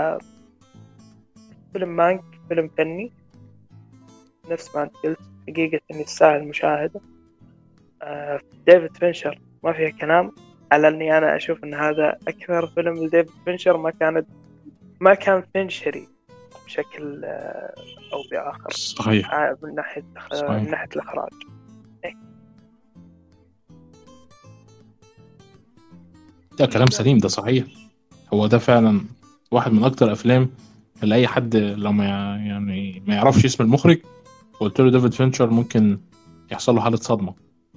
فيلم مانك فيلم فني نفس ما انت قلت، حقيقة اني يستاهل المشاهدة. آه ديفيد فينشر ما فيها كلام، على اني انا اشوف ان هذا اكثر فيلم لديفيد فينشر ما كانت ما كان فينشري بشكل آه، أو بآخر، صحيح آه، من ناحية آه، من صحيح ناحية الإخراج. إيه. ده كلام سليم، ده صحيح. هو ده فعلا واحد من اكتر افلام اللي اي حد لو ما يع- يعني ما يعرفش اسم المخرج وقلت له ديفيد فينشر ممكن يحصل له حالة صدمة.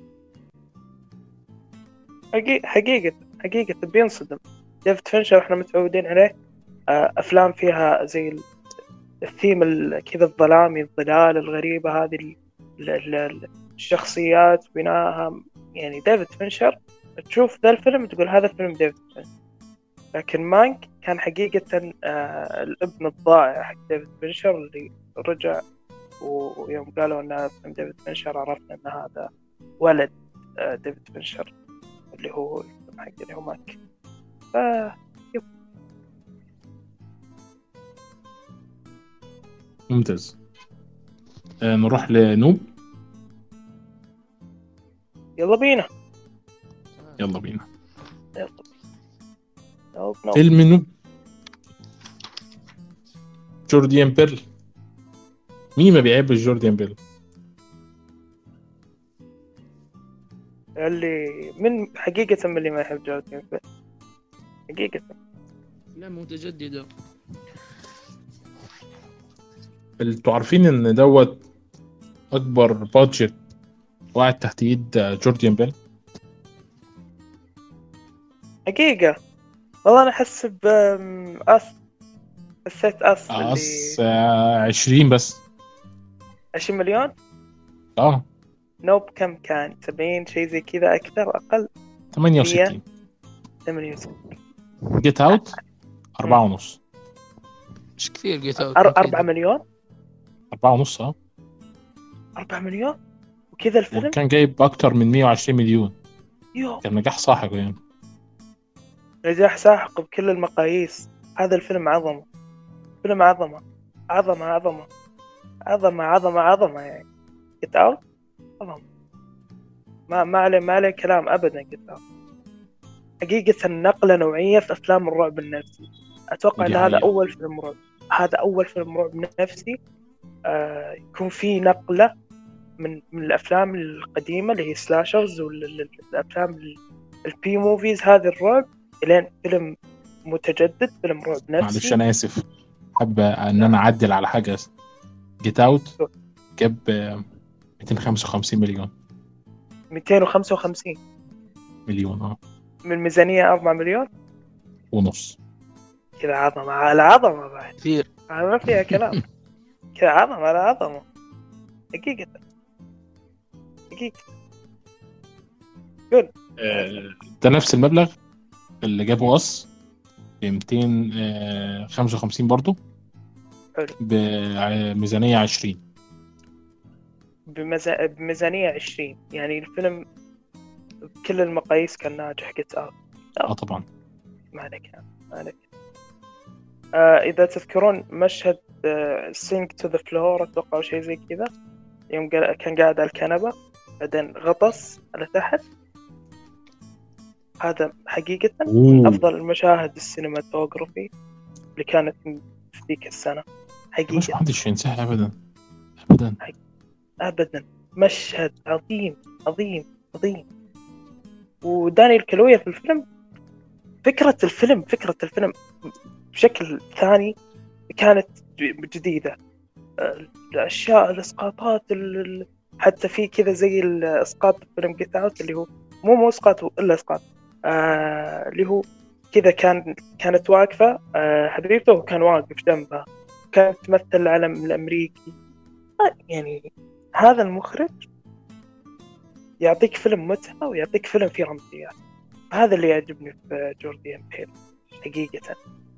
حقيقة حقيقة حقيقة بينصدم. ديفيد فينشر إحنا متعودين عليه آه، أفلام فيها زي ال- الثيم ال- كذا الظلامي، الظلال الغريبة هذه، ال- ال- ال- الشخصيات بناءها. يعني ديفيد فينشر تشوف ذا الفيلم تقول هذا فيلم ديفيد فينشر. لكن مانك كان حقيقة آه، الابن الضائع حق ديفيد فينشر اللي رجع، ويوم قالوا انه فيلم ديفيد فينشر عرفنا ان هذا ولد آه، ديفيد فينشر اللي هو الفيلم حق اللي هو ماك. ف يب. ممتاز. آه نروح لنوب. يلا بينا. يلا بينا. يلا نوب نوب. فيلم نوب، جورديان بيل. مين ما بيحبش جورديان بيل؟ اللي من حقيقة من اللي ما يحب جوردن بيل حقيقة. لا متجددة. انتوا عارفين ان دوت اكبر بادجت وقعت تحت ايد جورديان بيل؟ حقيقة والله أنا أحس بأس، حسيت أس اللي أس آه، عشرين بس. عشرين مليون. اه نوب كم كان؟ سبعين شيء زي كذا، أكثر أقل؟ ثمانية مية وستين. ثمانية وستين. جيت اوت أربعة ونص. مش كثير جيت اوت. أربعة مليون. أربعة ونص اه. أربعة مليون وكذا الفيلم. وكان جايب أكتر من مية وعشرين مليون. يو كان نجاح ساحق يعني. نجاح ساحق بكل المقاييس. هذا الفيلم عظمة، فيلم عظمة عظمة عظمة عظمة عظمة عظمة يعني. Get Out عظمة. ما ما عليه ما عليه كلام ابدا. قلت حقيقة نقلة نوعية في افلام الرعب النفسي. اتوقع ان ودي هذا حقيقة. اول فيلم رعب هذا اول فيلم رعب نفسي آه يكون فيه نقلة من من الافلام القديمة اللي هي سلاشرز والافلام البي موفيز هذه الرعب الين فيلم متجدد، فيلم رعب معلش نفسي. انا اسف، حابة ان انا اعدل على حاجة. جيت اوت جاب آه، مئتين وخمسة وخمسين مليون. مئتين وخمسة وخمسين مليون اه من ميزانية أربعة مليون. ونص. كذا عظمة على عظمة بعد، كثير. ما فيها كلام. كذا عظمة على عظمة حقيقة حقيقة. قول. آه، ده نفس المبلغ اللي جابه اس ب مئتين وخمسة وخمسين برضو، حلو. بميزانية عشرين. بمزا... بميزانية عشرين، يعني الفيلم بكل المقاييس كان ناجح. قلت اه اه طبعا. ما عليك ما عليك. آه إذا تذكرون مشهد سينك تو ذا فلور أتوقع شيء زي كذا، يوم قا- كان قاعد على الكنبة بعدين غطس على تحت، هذا حقيقة من اوه أفضل المشاهد السينماتوغرافي اللي كانت في ذيك السنة يا باشا، حقيقة. محدش ينساها ابدا ابدا. أبدا مشهد عظيم عظيم عظيم. ودانيال كالويا في الفيلم، فكرة الفيلم فكرة الفيلم بشكل ثاني كانت جديدة. الأشياء الإسقاطات ال- ال- حتى في كذا زي الإسقاط فيلم جيت أوت اللي هو مو مو إسقاط إلا إسقاط آه اللي هو كذا كان كانت واقفة آه حبيبته وكان واقف جنبها، كانت تمثل العلم الأمريكي. آه يعني هذا المخرج يعطيك فيلم متعة ويعطيك فيلم فيه رمزيات. هذا اللي يعجبني في جورديان بيل حقيقة.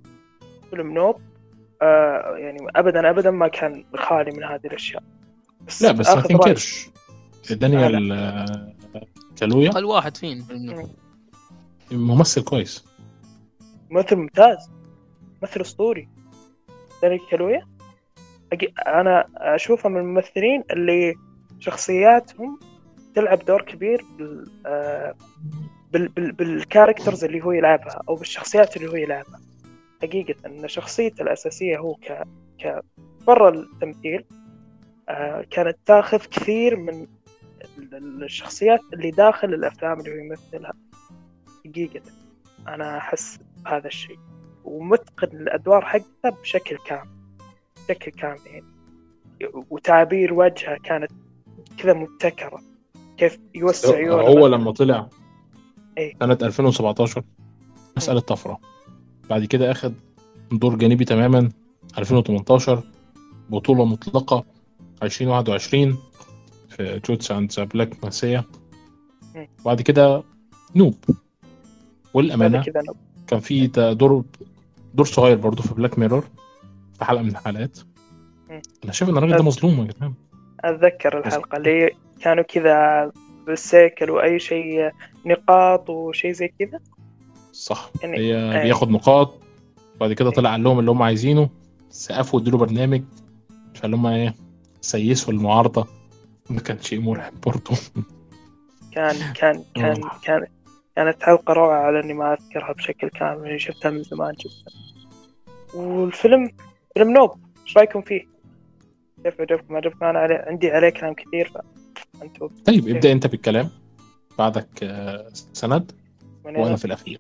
فيلم نوب آه يعني أبدا أبدا ما كان خالي من هذه الأشياء. بس لا بس ما أخذ رأي. تنكرش دانيال آه، كالويا اقل واحد فين في النوم. ممثل كويس. ممثل ممتاز، ممثل أسطوري. دانيال كالويا أجي- أنا أشوفه من الممثلين اللي شخصياتهم تلعب دور كبير بال آه بال بال بالكاركترز اللي هو يلعبها أو بالشخصيات اللي هو يلعبها. حقيقة أن شخصيته الأساسية هو ك ك برا التمثيل آه كانت تاخذ كثير من ال- الشخصيات اللي داخل الأفلام اللي هو يمثلها. حقيقة أنا أحس بهذا الشيء، ومتقن الأدوار حقته بشكل كامل بشكل كامل يعني. وتعابير وجهه كانت كذا مبتكرة، كيف يوسع عيونه هو مثلا. لما طلع إيه. سنة ألفين وسبعتاشر مسألة طفرة. بعد كده أخد دور جانبي تماما ألفين وتمنتاشر، بطولة مطلقة ألفين وواحد وعشرين في جوتس أند ذا بلاك ماسيا. مم. بعد كده نوب. بعد والأمانة كذا أنا كان في تا- دور دور صغير برضو في بلاك ميرور في حلقة من الحلقات. مم. أنا شايف إن الراجل ده مظلوم يا جدعان. أتذكر الحلقة اللي كانوا كذا بالسيكل وأي شيء نقاط وشيء زي كذا صح، يعني. هي أي. بياخد نقاط. بعد كده أي. طلع قال لهم اللي هم عايزينه، سقفوا ادوا له برنامج، فقال لهم ايه، سيسوا المعارضة. ده كان شيء مرعب برضه. كان كان كان كان كانت حلقة روعة على إني ما أذكرها بشكل كامل، يعني شفتها من زمان جدا. والفيلم فيلم نوب إيش رأيكم فيه؟ كيف عجبكم؟ عجبكم؟ أنا علي... عندي عليه كلام كثير فأنتوا طيب ابدأ انت بالكلام، بعدك آه، سند وانا في الاخير.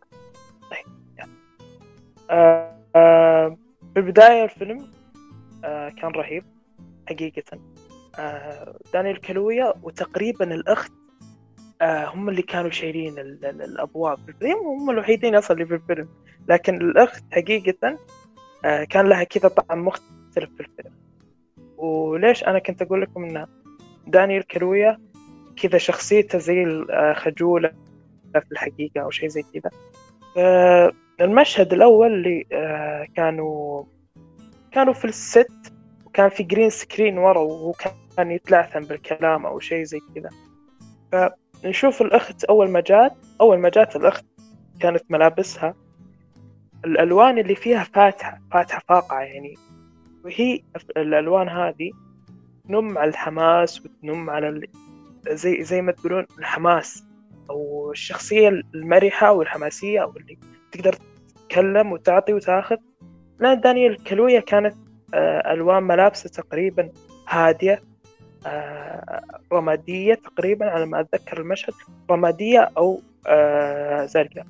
آه آه في البداية الفيلم آه كان رهيب حقيقة. آه دانيال كالويا وتقريبا الأخت آه هم اللي كانوا شايلين ال- ال- الأبواب في الفيلم، هم الوحيدين أصلا اللي في الفيلم. لكن الأخت حقيقة آه كان لها كذا طعم مختلف في الفيلم. وليش أنا كنت أقول لكم إن دانيال كالويا كذا شخصيته زي الخجولة في الحقيقة أو شيء زي كذا. آه المشهد الأول اللي آه كانوا كانوا في الست وكان في جرين سكرين ورا وهو كان يتلعثم بالكلام أو شيء زي كذا. فنشوف الأخت أول ما جات أول ما جات الأخت كانت ملابسها الألوان اللي فيها فاتحة فاتحة فاقعة يعني، وهي الألوان هذه تنم على الحماس وتنم على زي زي ما تقولون الحماس أو الشخصية المرحة أو الحماسية أو اللي تقدر تتكلم وتعطي وتاخذ. لا، دانيال كالويا كانت آه، ألوان ملابسه تقريبا هادية، آه، رمادية تقريبا على ما أتذكر المشهد، رمادية أو آه، زرقاء.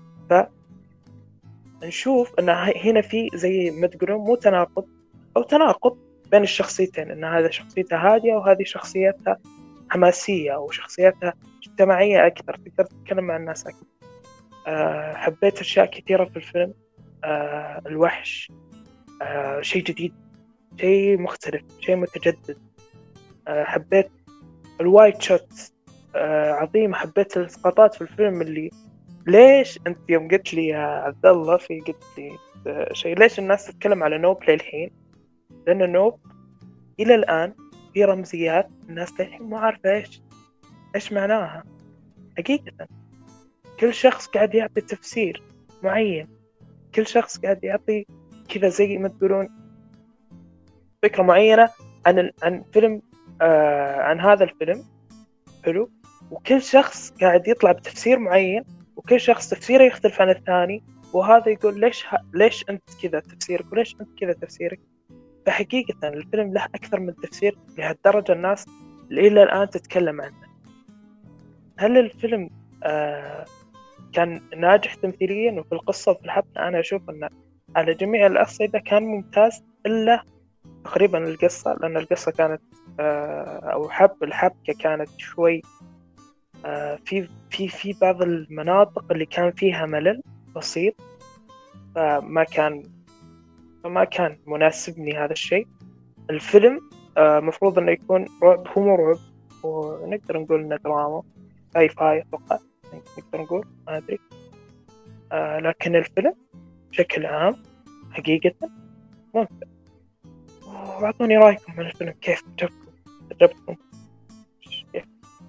فنشوف أن هنا في زي ما تقولون مو تناقض أو تناقض بين الشخصيتين، أن هذا شخصيتها هادية وهذه شخصيتها حماسية أو شخصيتها اجتماعية أكثر، تقدر تتكلم مع الناس أكثر. أه حبيت أشياء كثيرة في الفيلم. أه الوحش أه شيء جديد، شيء مختلف، شيء متجدد. أه حبيت الوايت شوت، أه عظيم. حبيت الاسقاطات في الفيلم اللي ليش أنت يوم قلت لي يا عبد الله في قلت لي أه شيء، ليش الناس تتكلم على نوب للحين؟ لأن نوب إلى الآن في رمزيات الناس للحين ما عارفة إيش إيش معناها حقيقة. كل شخص قاعد يعطي تفسير معين، كل شخص قاعد يعطي كذا زي ما تقولون فكرة معينة عن عن فيلم آه عن هذا الفيلم. حلو. وكل شخص قاعد يطلع بتفسير معين، وكل شخص تفسيره يختلف عن الثاني، وهذا يقول ليش ه... ليش أنت كذا تفسيرك وليش أنت كذا تفسيرك. فحقيقة الفيلم له أكثر من تفسير لهالدرجة الناس إلى الآن تتكلم عنه. هل الفيلم آه كان ناجح تمثيليا وفي القصة وفي الحبكة؟ أنا أشوف أنه على جميع الأصعدة كان ممتاز، إلا تقريبا القصة، لأن القصة كانت أو حب الحبكة كانت شوي في في في بعض المناطق اللي كان فيها ملل بسيط، فما كان فما كان مناسبني هذا الشيء. الفيلم مفروض أنه يكون رعب، هو مو رعب، ونقدر نقول إنه دراما ساي فاي أتوقع نقدر نقول، ما أدري. آه لكن الفيلم بشكل عام حقيقة ممتع. وأعطوني رأيكم من الفيلم، كيف عجبكم عجبكم كيف؟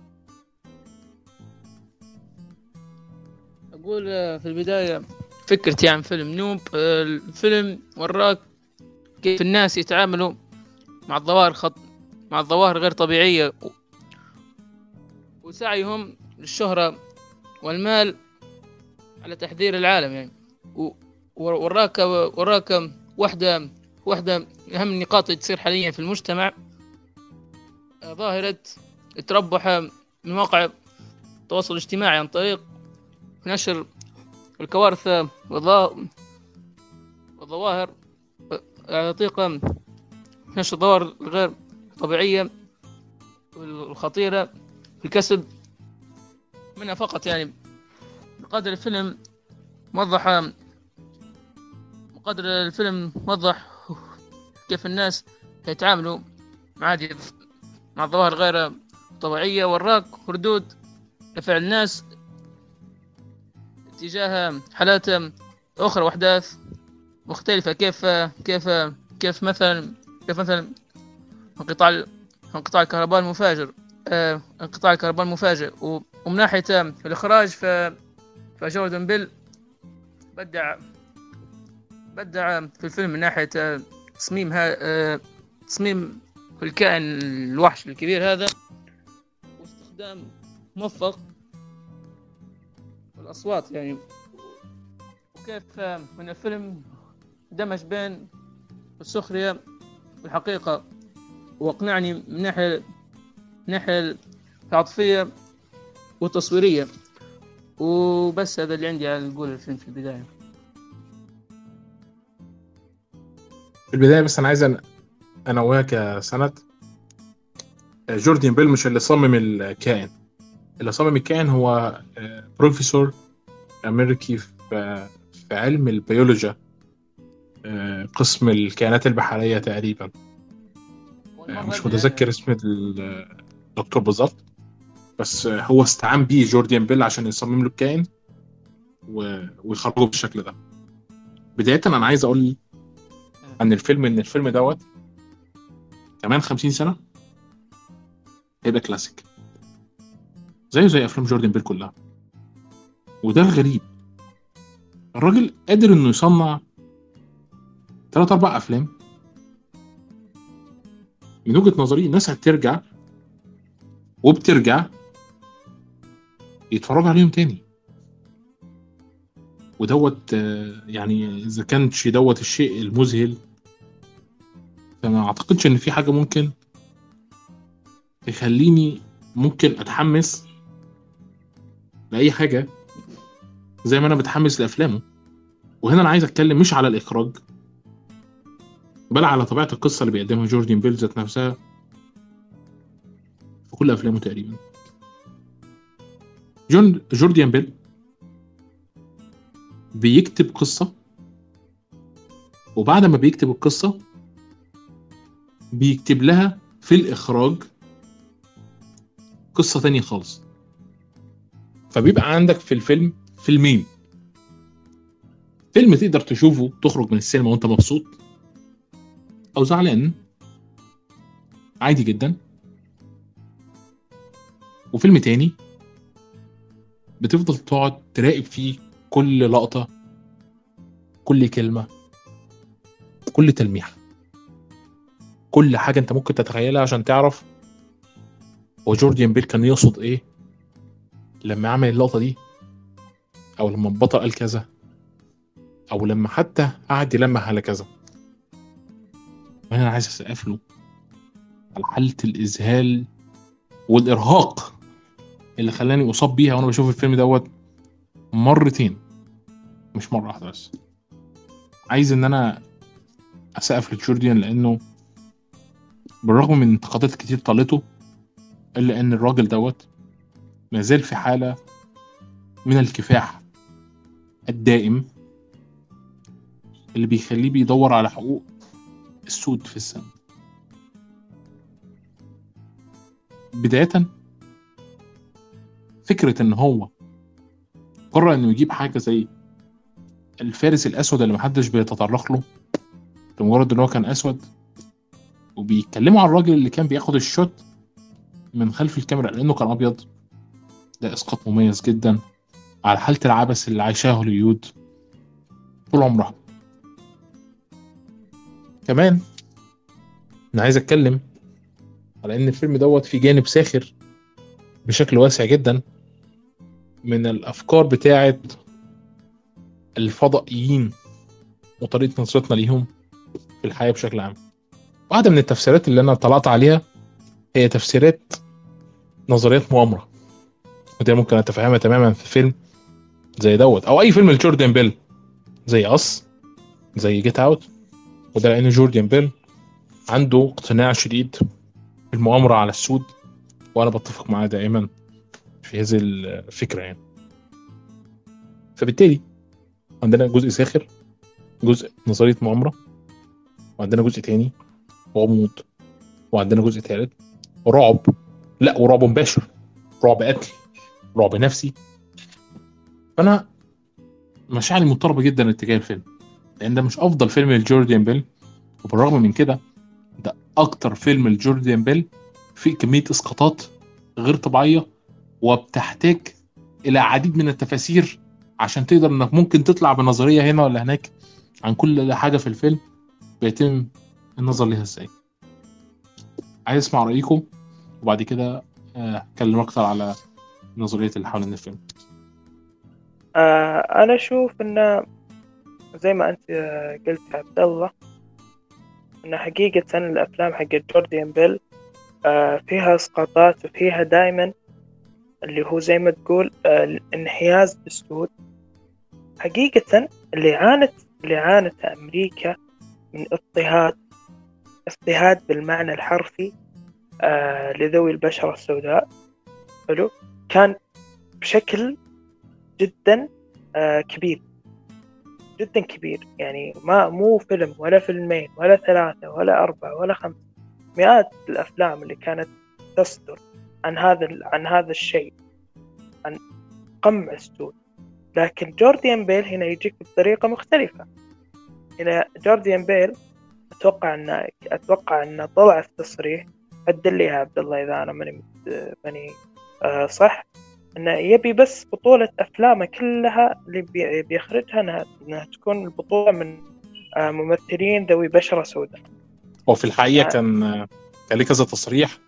أقول في البداية فكرتي عن فيلم نوب. الفيلم وراك كيف الناس يتعاملوا مع الظواهر خط... مع الظواهر غير طبيعية وسعيهم للشهرة والمال على تحذير العالم يعني. وراك وراك واحدة واحدة أهم النقاط اللي تصير حاليا في المجتمع، ظاهرة التربح من مواقع التواصل الاجتماعي عن طريق نشر الكوارث والظواهر عن طريق نشر الظواهر الغير طبيعية والخطيرة في الكسب منها فقط. يعني بقدر الفيلم موضح بقدر الفيلم موضح كيف الناس يتعاملوا مع مع الظواهر غير طبيعية، وراك ردود فعل الناس تجاه حالات أخرى وأحداث مختلفة، كيف كيف كيف مثلا كيف مثلا انقطاع انقطاع الكهرباء المفاجئ اه انقطاع الكهرباء المفاجئ. ومن ناحية الإخراج ف فجوردن بيل بدع بدع في الفيلم من ناحية تصميم ها تصميم الكائن الوحش الكبير هذا، واستخدام موفق والأصوات يعني. وكيف من الفيلم دمج بين السخرية والحقيقة، واقنعني من ناحية من ناحية العاطفية والتصويرية. وبس هذا اللي عندي على نقول الفيلم في البداية. في البداية بس أنا عايز أنا وياك سند. جوردن بيل مش اللي صمم الكائن، اللي صمم الكائن هو بروفيسور أمريكي في علم البيولوجيا، قسم الكائنات البحرية تقريبا، مش متذكر اسم الدكتور بالضبط، بس هو استعان بيه جوردن بيل عشان يصمم له الكائن ويخرجه بالشكل ده. بداية أنا عايز أقول عن الفيلم إن الفيلم دوت كمان خمسين سنة هيبقى كلاسيك زيه زي أفلام جوردن بيل كلها. وده الغريب، الراجل قادر إنه يصنع ثلاث أربع أفلام من وجهة نظري الناس هترجع وبترجع يتفرج عليهم تاني. ودوت يعني اذا كانش دوت الشيء المذهل، فما اعتقدش ان في حاجه ممكن تخليني ممكن اتحمس لاي حاجه زي ما انا بتحمس لافلامه. وهنا انا عايز اتكلم مش على الاخراج، بل على طبيعه القصه اللي بيقدمها جوردن بيل ذات نفسها في كل افلامه تقريبا. جون جوردن بيل بيكتب قصه، وبعد ما بيكتب القصه بيكتب لها في الاخراج قصه تانية خالص. فبيبقى عندك في الفيلم فيلمين. فيلم تقدر تشوفه تخرج من السينما وانت مبسوط او زعلان عادي جدا، وفيلم تاني بتفضل تقعد تراقب فيه كل لقطة، كل كلمة، كل تلميحة، كل حاجة انت ممكن تتخيلها عشان تعرف هو جوردن بيل كان يقصد ايه لما عمل اللقطة دي، او لما البطل قال كذا، او لما حتى قعد يلمح على كذا. وانا عايز اسقف له على حالة الإذهال والإرهاق اللي خلاني أصاب بيها وأنا بشوف الفيلم دوت مرتين مش مرة واحدة بس. عايز إن أنا أسقف لجوردن لأنه بالرغم من انتقادات كتير طالته، إلا إن الراجل دوت ما زال في حالة من الكفاح الدائم اللي بيخليه بيدور على حقوق السود في السنة. بداية فكرة إن هو قرر إنه يجيب حاجة زي الفارس الأسود اللي محدش بيتطرق له لمجرد إن هو كان أسود، وبيتكلموا عن الراجل اللي كان بياخد الشوت من خلف الكاميرا لأنه كان أبيض. ده إسقاط مميز جدا على حالة العبث اللي عايشاه هوليود طول عمرها. كمان أنا عايز أتكلم على إن الفيلم دوت في جانب ساخر بشكل واسع جدا من الأفكار بتاعة الفضائيين وطريقة نظرتنا ليهم في الحياة بشكل عام. واحدة من التفسيرات اللي أنا طلعت عليها هي تفسيرات نظريات مؤامرة، وده ممكن أتفهمها تماما في فيلم زي دوت أو أي فيلم لجوردن بيل زي أص زي جيت أوت. وده لأن جوردن بيل عنده اقتناع شديد بالمؤامرة على السود، وأنا بتفق معاه دائما في هذه الفكرة يعني. فبالتالي عندنا جزء ساخر، جزء نظرية مؤامرة، وعندنا جزء تاني غموض، وعندنا جزء ثالث رعب. لا ورعب مباشر، رعب قتل، رعب نفسي. فأنا مشاعري مضطربة جدا اتجاه الفيلم، لأن ده مش أفضل فيلم لجوردن بيل، وبالرغم من كده ده أكتر فيلم لجوردن بيل فيه كمية إسقاطات غير طبيعية، وبتحتاج إلى عديد من التفاسير عشان تقدر إنك ممكن تطلع بنظرية هنا ولا هناك عن كل حاجة في الفيلم بيتم النظر لها إزاي. عايز أسمع رأيكم وبعد كده أتكلم أكتر على نظرية اللي حوالين الفيلم. آه أنا أشوف إنه زي ما أنت قلت يا عبد الله، إن حقيقة الأفلام حق جوردن بيل آه فيها إسقاطات وفيها دائما اللي هو زي ما تقول آه الانحياز بالسود. حقيقة اللي عانت اللي عانت أمريكا من اضطهاد اضطهاد بالمعنى الحرفي آه لذوي البشرة السوداء، حلو، كان بشكل جدا آه كبير جدا كبير. يعني ما مو فيلم ولا فيلمين ولا ثلاثة ولا أربعة ولا خمسة، مئات الأفلام اللي كانت تصدر عن هذا عن هذا الشيء، عن قمع السود. لكن جوردن بيل هنا يجيك بطريقة مختلفة. هنا جوردن بيل أتوقع أن أتوقع أن طلع في تصريح، عدل لي يا عبد الله إذا أنا ماني ماني آه صح، إنه يبي بس بطولة أفلامه كلها اللي بيخرجها إنها, إنها تكون البطولة من آه ممثلين ذوي بشرة سوداء. وفي الحقيقة آه. كان كان ليه كذا تصريح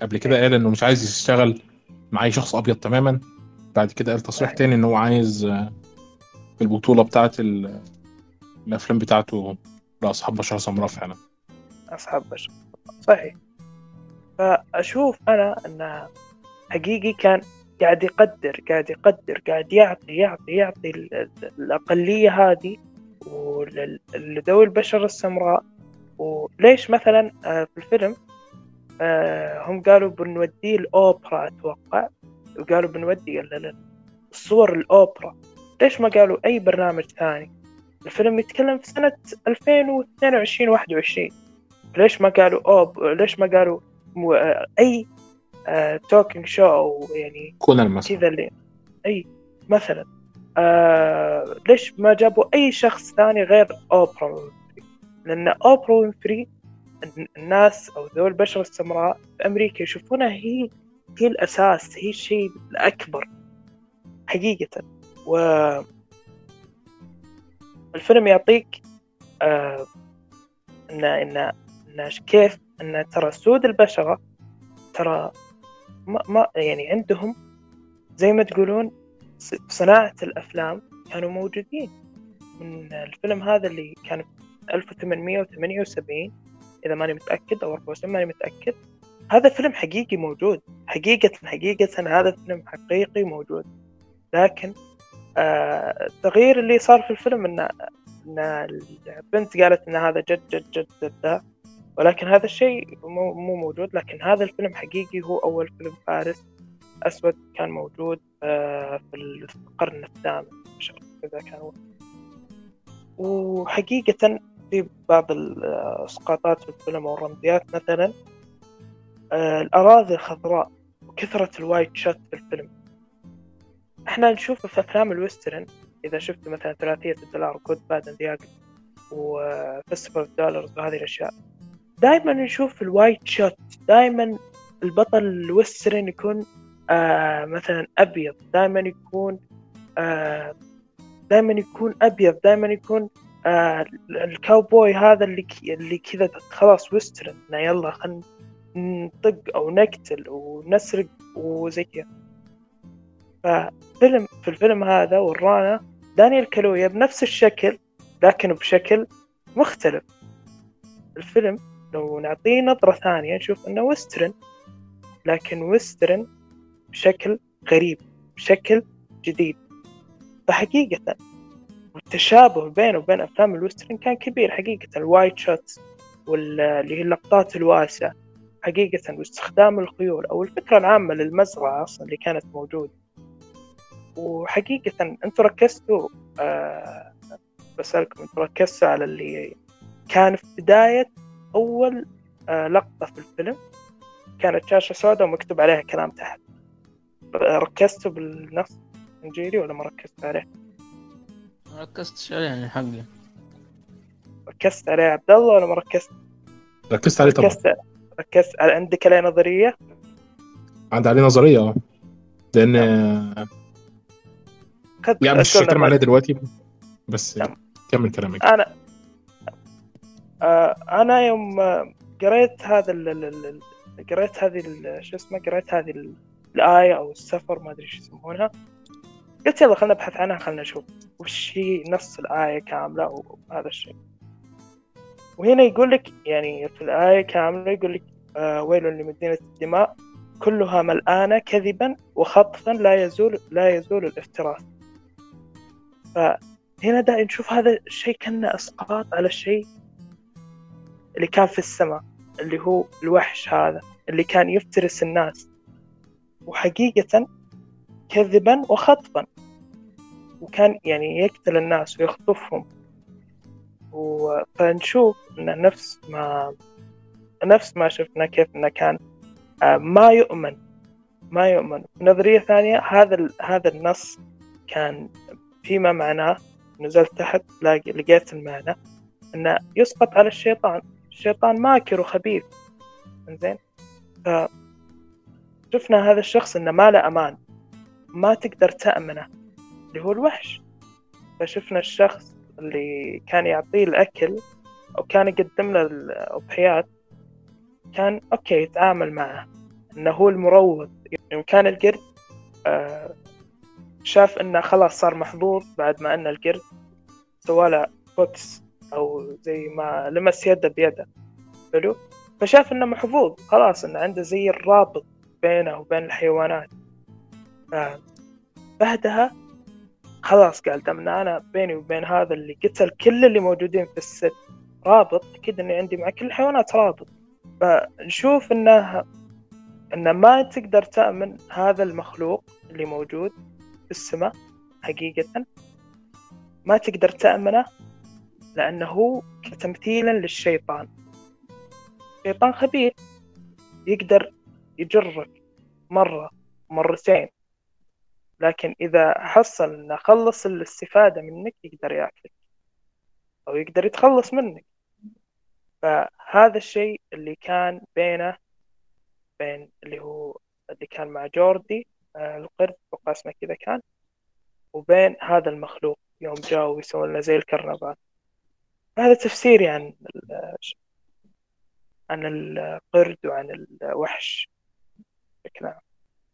قبل كده قال انه مش عايز يشتغل مع اي شخص ابيض تماما. بعد كده قال تصريح تاني انه عايز في البطولة بتاعت الافلام بتاعته لاصحاب بشرة سمراء فعلا. أصحاب بشر صحيح. فأشوف أنا أن حقيقي كان قاعد يقدر قاعد يقدر قاعد يعطي يعطي يعطي الأقلية هذه ولذوي البشرة السمراء. وليش مثلا في الفيلم هم قالوا بنوديه الأوبرا أتوقع، وقالوا بنودي الصور الأوبرا، ليش ما قالوا أي برنامج ثاني؟ الفيلم يتكلم في سنة ألفين واثنين وعشرين واحد وعشرين، ليش ما قالوا أوب ليش ما قالوا مو... أي توكينج شو أو يعني كذا اللي أي مثلا آه... ليش ما جابوا أي شخص ثاني غير أوبرا وينفري؟ لأن أوبرا وينفري الناس أو ذوي البشرة السمراء في أمريكا يشوفونها هي هي الأساس، هي الشيء الأكبر حقيقة. والفيلم يعطيك آه إن إن إن كيف إن ترى سود البشرة ترى ما, ما يعني عندهم زي ما تقولون صناعة الأفلام كانوا موجودين من الفيلم هذا اللي كان ألف وثمانمائة وثمانية وسبعين إذا ماني متأكد أو أربعة وسبعين ماني متأكد. هذا فيلم حقيقي موجود حقيقة حقيقة هذا فيلم حقيقي موجود. لكن آه التغيير اللي صار في الفيلم إن إن البنت قالت إن هذا جد جد جد جد، ولكن هذا الشيء مو مو موجود. لكن هذا الفيلم حقيقي هو أول فيلم فارس أسود كان موجود آه في القرن الثامن عشر إذا كان. وحقيقة في بعض الإسقاطات في الفيلم أو الرمزيات مثلا آه الأراضي الخضراء وكثرة الوايت شوت في الفيلم. احنا نشوف في افلام الويسترن اذا شفت مثلا ثلاثية الدولار وكود باد اند ذا وفيستيفال دولارز وهذه الاشياء دائما نشوف الوايت شوت. دائما البطل الويسترن يكون آه مثلا ابيض، دائما يكون آه دائما يكون ابيض دائما يكون آه الكاوبوي هذا اللي اللي كذا خلاص ويسترن يلا خلينا نطق او نقتل ونسرق وزي كذا. ففيلم في الفيلم هذا ورانا دانيال كالويا بنفس الشكل لكن بشكل مختلف. الفيلم لو نعطيه نظرة ثانية نشوف انه ويسترن، لكن ويسترن بشكل غريب بشكل جديد. فحقيقة التشابه بينه وبين افلام الويسترن كان كبير حقيقة. الوايت شوتس واللي هي اللقطات الواسعة حقيقة واستخدام الخيول او الفكرة العامة للمزرعة اصلا اللي كانت موجودة. وحقيقة أنتوا ركزتوا آه بسألكم أنتوا ركزتوا على اللي كان في بداية أول آه لقطة في الفيلم كانت شاشة سوداء ومكتوب عليها كلام تحت. ركزتوا بالنص الإنجيلي ولا ما ركزتوا عليه؟ ما ركزتش عليه يعني حقي. ركزت عليه عبد الله ولا ما ركزت؟ ركزت عليه طبعا. ركزت ركزت على عندك عليه نظرية؟ عندي عليه نظرية اه لأن آه. يعني مش هتكلم عليها دلوقتي بس نعم. كمل كلامك. أنا آه أنا يوم قريت هذا ال قريت هذه شو اسمه قريت هذه الآية أو السفر ما أدري شو يسمونها، قلت يلا خلنا نبحث عنها خلنا نشوف وش هي نص الآية كاملة وهذا الشيء. وهنا يقول لك يعني في الآية كاملة يقول لك آه ويل لمدينة الدماء كلها ملآنة كذبا وخطفا لا يزول لا يزول الافتراس. فهنا دا نشوف هذا الشيء كأنه إسقاط على الشيء اللي كان في السماء اللي هو الوحش هذا اللي كان يفترس الناس وحقيقة كذبا وخطفا، وكان يعني يقتل الناس ويخطفهم. فنشوف إن نفس ما نفس ما شفنا كيف إنه كان ما يؤمن ما يؤمن. نظرية ثانية هذا هذا النص كان فيما معناه نزلت تحت لقيت المعنى إنه يسقط على الشيطان. الشيطان ماكر وخبيث إنزين. فشفنا هذا الشخص إنه ما له أمان ما تقدر تأمنه اللي هو الوحش. فشفنا الشخص اللي كان يعطيه الأكل أو كان يقدم له الأضحيات كان أوكي يتعامل معه انه هو المروض. يعني كان القرد آه شاف انه خلاص صار محظوظ بعد ما ان القرد سواله بوكس او زي ما لمس يده بيده. حلو. فشاف انه محظوظ خلاص، انه عنده زي الرابط بينه وبين الحيوانات. آه بعدها خلاص قال دام انا بيني وبين هذا اللي قتل كل اللي موجودين في الست رابط، اكيد اني عندي مع كل الحيوانات رابط. فنشوف انه ان ما تقدر تأمن هذا المخلوق اللي موجود في السماء حقيقة، ما تقدر تأمنه لأنه تمثيلا للشيطان. شيطان خبيث يقدر يجرك مرة مرتين، لكن إذا حصل أنه خلص الاستفادة منك يقدر يأكلك أو يقدر يتخلص منك. فهذا الشيء اللي كان بينه بين اللي هو اللي كان مع جوردي آه القرد وقع اسمه كذا كان، وبين هذا المخلوق يوم جاءوا يسوون لنا زي الكرنفال. هذا تفسيري عن عن القرد وعن الوحش بشكل عام.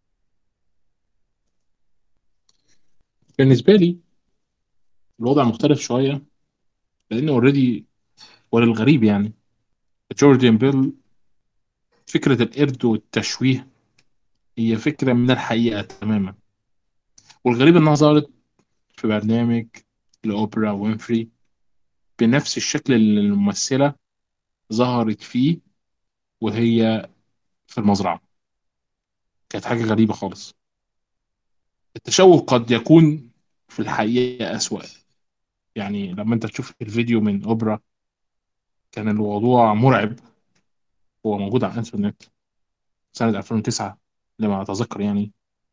بالنسبه لي الوضع مختلف شويه، لان اوريدي وللغريب يعني جورديان بيل فكره القرد والتشويه هي فكره من الحقيقه تماما. والغريب انها ظهرت في برنامج لأوبرا وينفري بنفس الشكل اللي الممثله ظهرت فيه وهي في المزرعه. كانت حاجه غريبه خالص. التشوه قد يكون في الحقيقه أسوأ. يعني لما انت تشوف الفيديو من اوبرا كان الموضوع مرعب. هو موجود على الانترنت سنة ألفين وتسعة لما اتذكر يعني.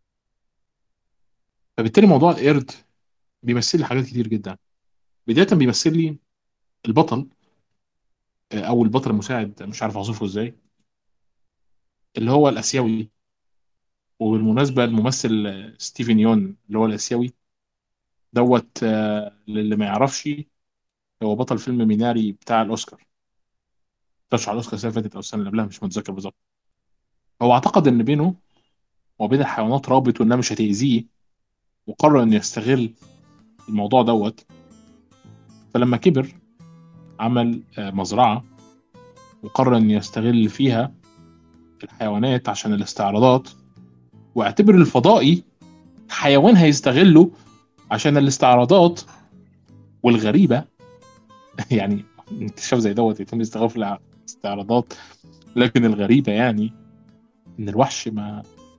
فبالتالي موضوع القرد بيمثل لي حاجات كتير جدا. بداية بيمثل لي البطل آه، او البطل المساعد، مش عارف اوصفه ازاي، اللي هو الاسيوي. وبالمناسبة الممثل آه، ستيفن يون اللي هو الاسيوي دوت، آه، للي ما يعرفش، هو بطل فيلم ميناري بتاع الاوسكار. ترشح على الاوسكار السنة اللي فاتت او السنة اللي قبلها، مش متذكر بالظبط. هو اعتقد ان بينه وبين الحيوانات رابط وانها مش هتأذيه، وقرر انه يستغل الموضوع دوت. فلما كبر عمل آه، مزرعة، وقرر انه يستغل فيها الحيوانات عشان الاستعراضات، واعتبر الفضائي حيوان هيستغله عشان الاستعراضات. والغريبة يعني اكتشاف زي دوت يتم استغلاله في الاستعراضات، لكن الغريبة يعني ان الوحش ما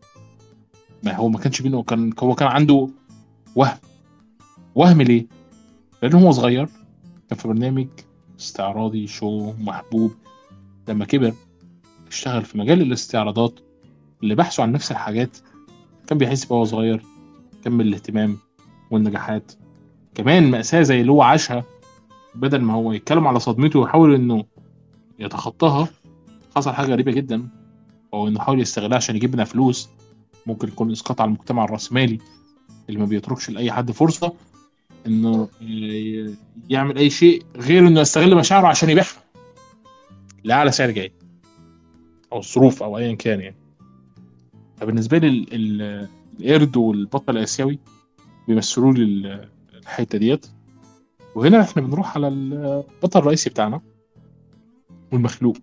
ما هو ما كانش بينه، كان هو كان عنده وهم. وهم ليه؟ لأنه هو صغير كان في برنامج استعراضي شو محبوب. لما كبر اشتغل في مجال الاستعراضات اللي بحثوا عن نفس الحاجات. كان بيحس وهو صغير كم الاهتمام والنجاحات. كمان مأساة زي اللي هو عاشها، بدل ما هو يتكلم على صدمته ويحاول انه يتخطاها، حصل حاجة غريبة جدا، هو انه حاول يستغلها عشان يجيب لنا فلوس. ممكن يكون اسقاط على المجتمع الرأسمالي اللي ما بيتركش لأي حد فرصة انه ي- يعمل اي شيء غير انه يستغل مشاعره عشان يبيعها لأعلى سعر جاي، او الظروف او ايا كان يعني. فبالنسبة لي ال- ال- القرد والبطل الآسيوي بيمثلوا لي ال- الحتة ديت. وهنا احنا بنروح على البطل الرئيسي بتاعنا والمخلوق.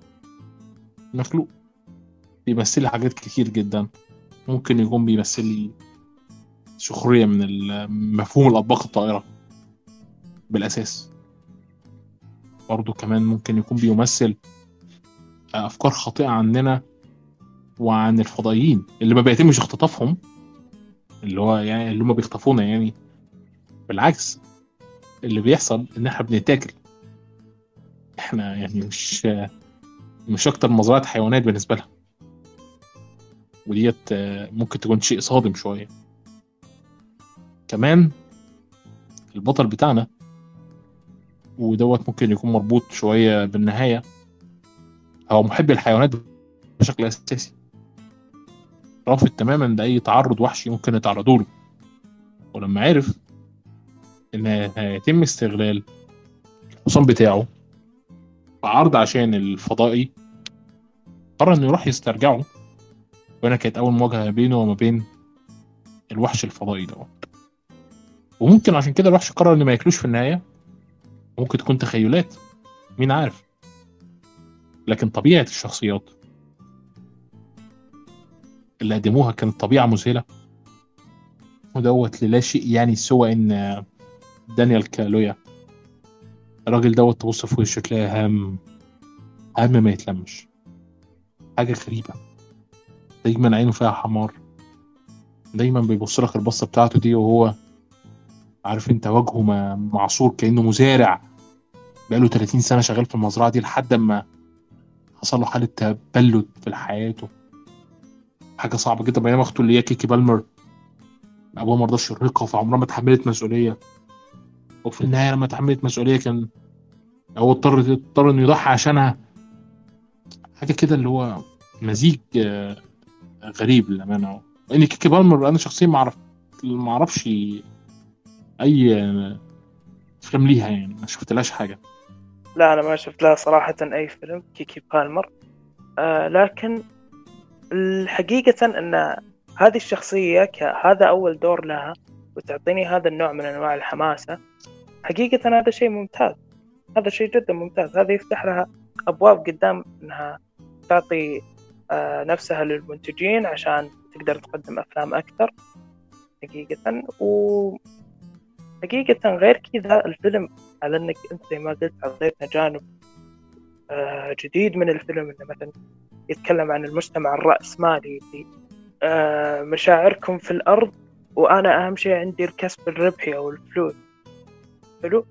المخلوق بيمثل لي حاجات كتير جدا. ممكن يكون بيمثل لي سخرية من ال- مفهوم الأطباق الطائرة بالأساس. برضو كمان ممكن يكون بيمثل أفكار خاطئة عننا وعن الفضائيين اللي ما بيتمش اختطافهم، اللي هو يعني اللي هم بيخطفونا يعني. بالعكس، اللي بيحصل إن احنا بنتاكل. احنا يعني مش مش أكتر مزرعة حيوانات بالنسبة لها. وديت آه، ممكن تكون شيء صادم شوية. كمان البطل بتاعنا ودوت ممكن يكون مربوط شوية بالنهاية، هو محب الحيوانات بشكل أساسي، رافض تماما لأي تعرض وحشي ممكن يتعرضوا له. ولما عرف إن هيتم استغلال الحصان بتاعه في عرض عشان الفضائي، قرر إنه يروح يسترجعه وهنا كانت اول مواجهه بينه وما بين الوحش الفضائي ده. وممكن عشان كده الوحش قرر ان ما ياكلوش في النهايه، ممكن تكون تخيلات، مين عارف. لكن طبيعه الشخصيات اللي قدموها كانت طبيعه مذهله، ودوت لا شيء يعني سوى ان دانيال كالويا الراجل دوت تبص في وشه تلاقي هام هام ما يتلمش، حاجه غريبه، دايما عينه فيها حمار، دايما بيبص لك البصه بتاعته دي وهو عارف انت وجهه معصور كانه مزارع بقاله ثلاثين سنه شغال في المزرعه دي لحد ما حصل له حاله تبلد في حياته، حاجه صعبه جدا. بينما اخته اللي هي كيكي بالمر ابوها ما رضاش يرهقها فعمرها ما اتحملت مسؤوليه، وفي النهايه لما اتحملت مسؤوليه كان هو اضطر اضطر انه يضحي عشانها. حاجه كده اللي هو مزيج غريب للامانه. وان كيكي بالمر انا شخصيا ما اعرف ما اعرفش اي افلام ليها، يعني ما شفتلهاش حاجه. لا أنا ما شفت لها صراحة أي فيلم كيكي بالمر. آه لكن الحقيقة أن هذه الشخصية هذا أول دور لها وتعطيني هذا النوع من أنواع الحماسة، حقيقة هذا شيء ممتاز، هذا شيء جدا ممتاز. هذا يفتح لها أبواب قدام أنها تعطي آه نفسها للمنتجين عشان تقدر تقدم أفلام أكثر حقيقة. وحقيقة غير كذا الفيلم على أنك أنت زي ما قلت أعطيتنا جانب آه جديد من الفيلم، إنه مثلا يتكلم عن المجتمع الرأسمالي اللي آه مشاعركم في الأرض وأنا أهم شيء عندي الكسب الربحي أو الفلوس. حلو.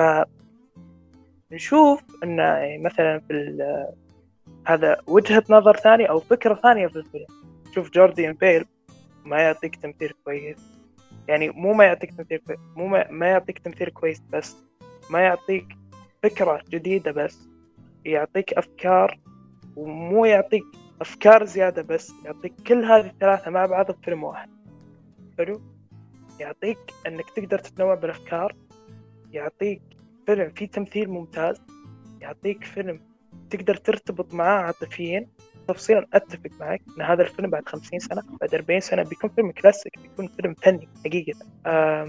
فنشوف أن مثلا في هذا وجهة نظر ثانية أو فكرة ثانية في الفيلم. شوف جورديان بيل ما يعطيك تمثيل كويس، يعني مو ما يعطيك تمثيل كويس، مو ما, ما يعطيك تمثيل كويس بس ما يعطيك فكرة جديدة، بس يعطيك أفكار، ومو يعطيك أفكار زيادة بس يعطيك كل هذه الثلاثة مع بعض في فيلم واحد. حلو. يعطيك أنك تقدر تتنوع بالأفكار، يعطيك فيلم فيه تمثيل ممتاز، يعطيك فيلم تقدر ترتبط معاه عاطفيا. تفصيلا أتفق معك أن هذا الفيلم بعد خمسين سنة بعد أربعين سنة بيكون فيلم كلاسيك، بيكون فيلم فني حقيقة. آه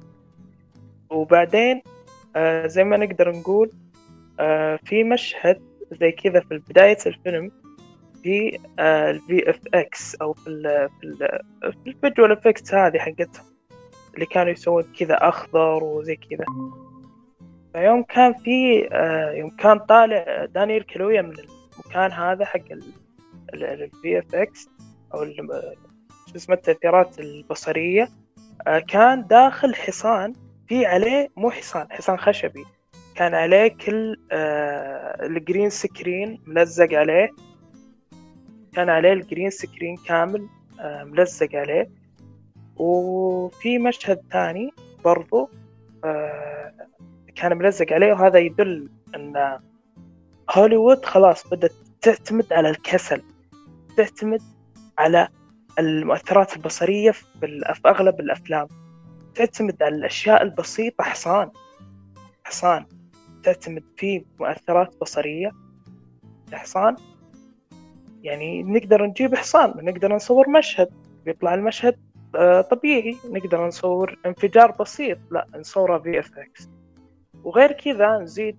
وبعدين آه زي ما نقدر نقول آه في مشهد زي كذا في بداية الفيلم في الفي اف اكس او في ال في ال في الفيجوال افكتس هذه حقتهم اللي كانوا يسوون كذا اخضر وزي كذا. فيوم كان في آه يوم كان طالع دانيال كالويا من المكان هذا حق الفي اف اكس او شو اسمه التأثيرات البصرية، آه كان داخل حصان في عليه، مو حصان حصان خشبي، كان عليه كل آه الجرين سكرين ملزق عليه، كان عليه الجرين سكرين كامل آه ملزق عليه. وفي مشهد ثاني برضو آه كان ملزق عليه، وهذا يدل أن هوليوود خلاص بدأت تعتمد على الكسل، تعتمد على المؤثرات البصرية في أغلب الأفلام، تعتمد على الأشياء البسيطة. حصان حصان تعتمد فيه مؤثرات بصرية. حصان يعني نقدر نجيب حصان نقدر نصور مشهد بيطلع المشهد آه طبيعي، نقدر نصور انفجار بسيط لا نصوره في اف اكس. وغير كذا نزيد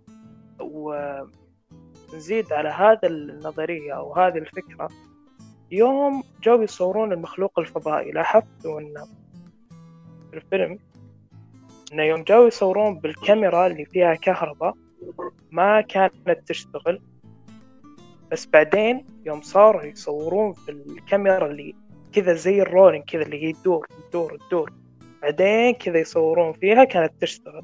ونزيد على هذا النظرية أو هذه الفكرة، يوم جو يصورون المخلوق الفضائي لاحظتوا أن في الفيلم أن يوم جو يصورون بالكاميرا اللي فيها كهرباء ما كانت تشتغل، بس بعدين يوم صاروا يصورون في الكاميرا اللي كذا زي الرولينج كذا اللي هي تدور تدور تدور بعدين كذا يصورون فيها كانت تشتغل.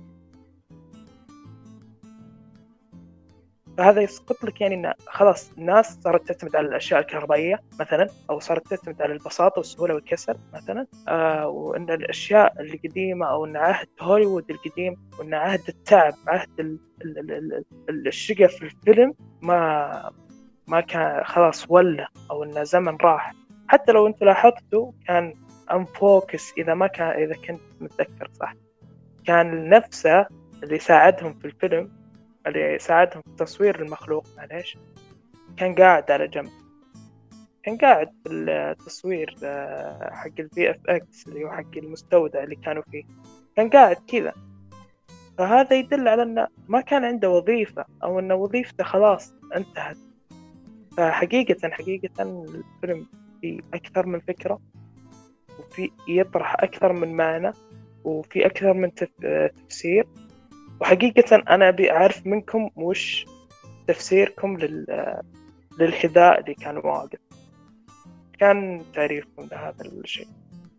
فهذا يسقط لك يعني إن خلاص الناس صارت تعتمد على الأشياء الكهربائية مثلا، أو صارت تعتمد على البساطة والسهولة والكسل مثلا. آه وإن الأشياء اللي قديمة أو إن عهد هوليوود القديم وإن عهد التعب عهد ال ال ال ال الشقة في الفيلم ما ما كان خلاص ولا أو إن زمن راح. حتى لو أنت لاحظتوا كان أنفوكس إذا ما كان إذا كنت متذكر صح، كان نفسه اللي ساعدهم في الفيلم اللي ساعدهم في تصوير المخلوق معليش كان قاعد على جنب كان قاعد في التصوير آه، حق الفي اف اكس اللي هو حق المستودع اللي كانوا فيه، كان قاعد كذا. فهذا يدل على انه ما كان عنده وظيفة، او ان وظيفته خلاص انتهت. فحقيقة حقيقة الفيلم فيه اكثر من فكرة، وفي يطرح اكثر من معنى، وفي اكثر من تف- تفسير. وحقيقة انا ابي اعرف منكم وش تفسيركم لل... للحذاء اللي كان واقف. كان تعريفكم لهذا الشيء؟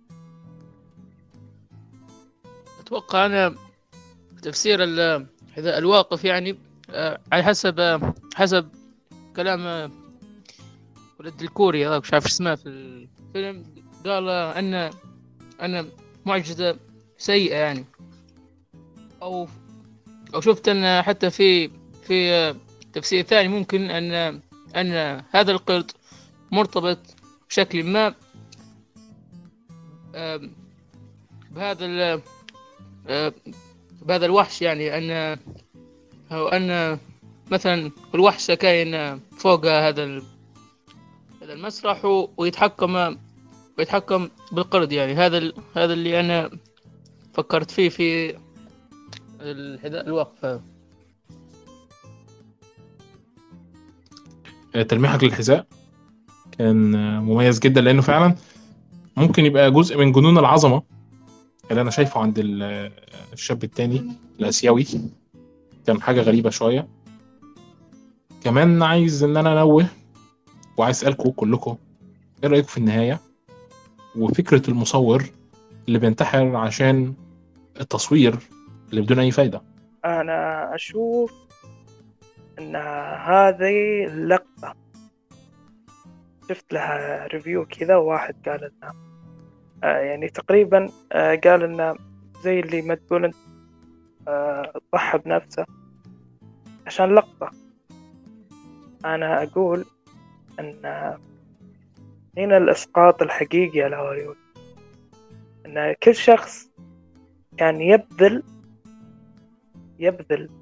اتوقع انا تفسير ال- الحذاء الواقف يعني آه، على حسب آه، حسب كلام آه، ولد الكوري هذاك مش عارف إيش اسمه في الفيلم. قال آه، ان ان معجزة سيئة يعني، او او شفت ان حتى في في آه، تفسير ثاني ممكن ان ان هذا القرد مرتبط بشكل ما آه، بهذا ال- آه، بهذا الوحش، يعني ان أو أن مثلا الوحش كاين فوق هذا ال- هذا المسرح و- ويتحكم ويتحكم بالقرد. يعني هذا ال- هذا اللي أنا فكرت فيه في الحذاء الواقف. آه، تلميحك للحذاء كان آه، مميز جدا، لانه فعلا ممكن يبقى جزء من جنون العظمه اللي انا شايفه عند ال- آه، الشاب التاني الاسيوي. كان حاجه غريبه شويه. كمان عايز ان انا انوه، وعايز اسالكم كلكم ايه رايكم في النهايه وفكره المصور اللي بينتحر عشان التصوير اللي بدون اي فايده. أنا أشوف أن هذه اللقطة شفت لها ريفيو كذا، واحد قال لنا آه يعني تقريبا آه قال لنا زي اللي ما تقول انت آه ضحى بنفسه عشان لقطة. أنا أقول أن هنا الإسقاط الحقيقي على هوليوود، أن كل شخص كان يبذل يبذل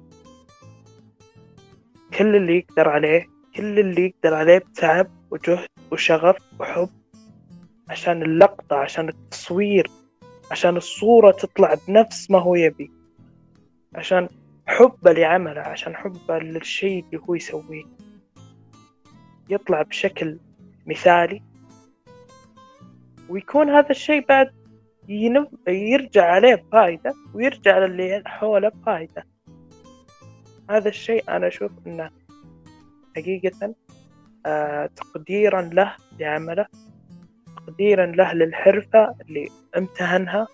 كل اللي يقدر عليه، كل اللي يقدر عليه بتعب وجهد وشغف وحب عشان اللقطة، عشان التصوير، عشان الصورة تطلع بنفس ما هو يبي، عشان حبه لعمله، عشان حبه للشيء اللي هو يسويه يطلع بشكل مثالي. ويكون هذا الشيء بعد ينف... يرجع عليه بفائدة، ويرجع للي حوله بفائدة. هذا الشيء أنا أشوف أنه حقيقة آه تقديرا له لعمله، تقديرا له للحرفة اللي امتهنها.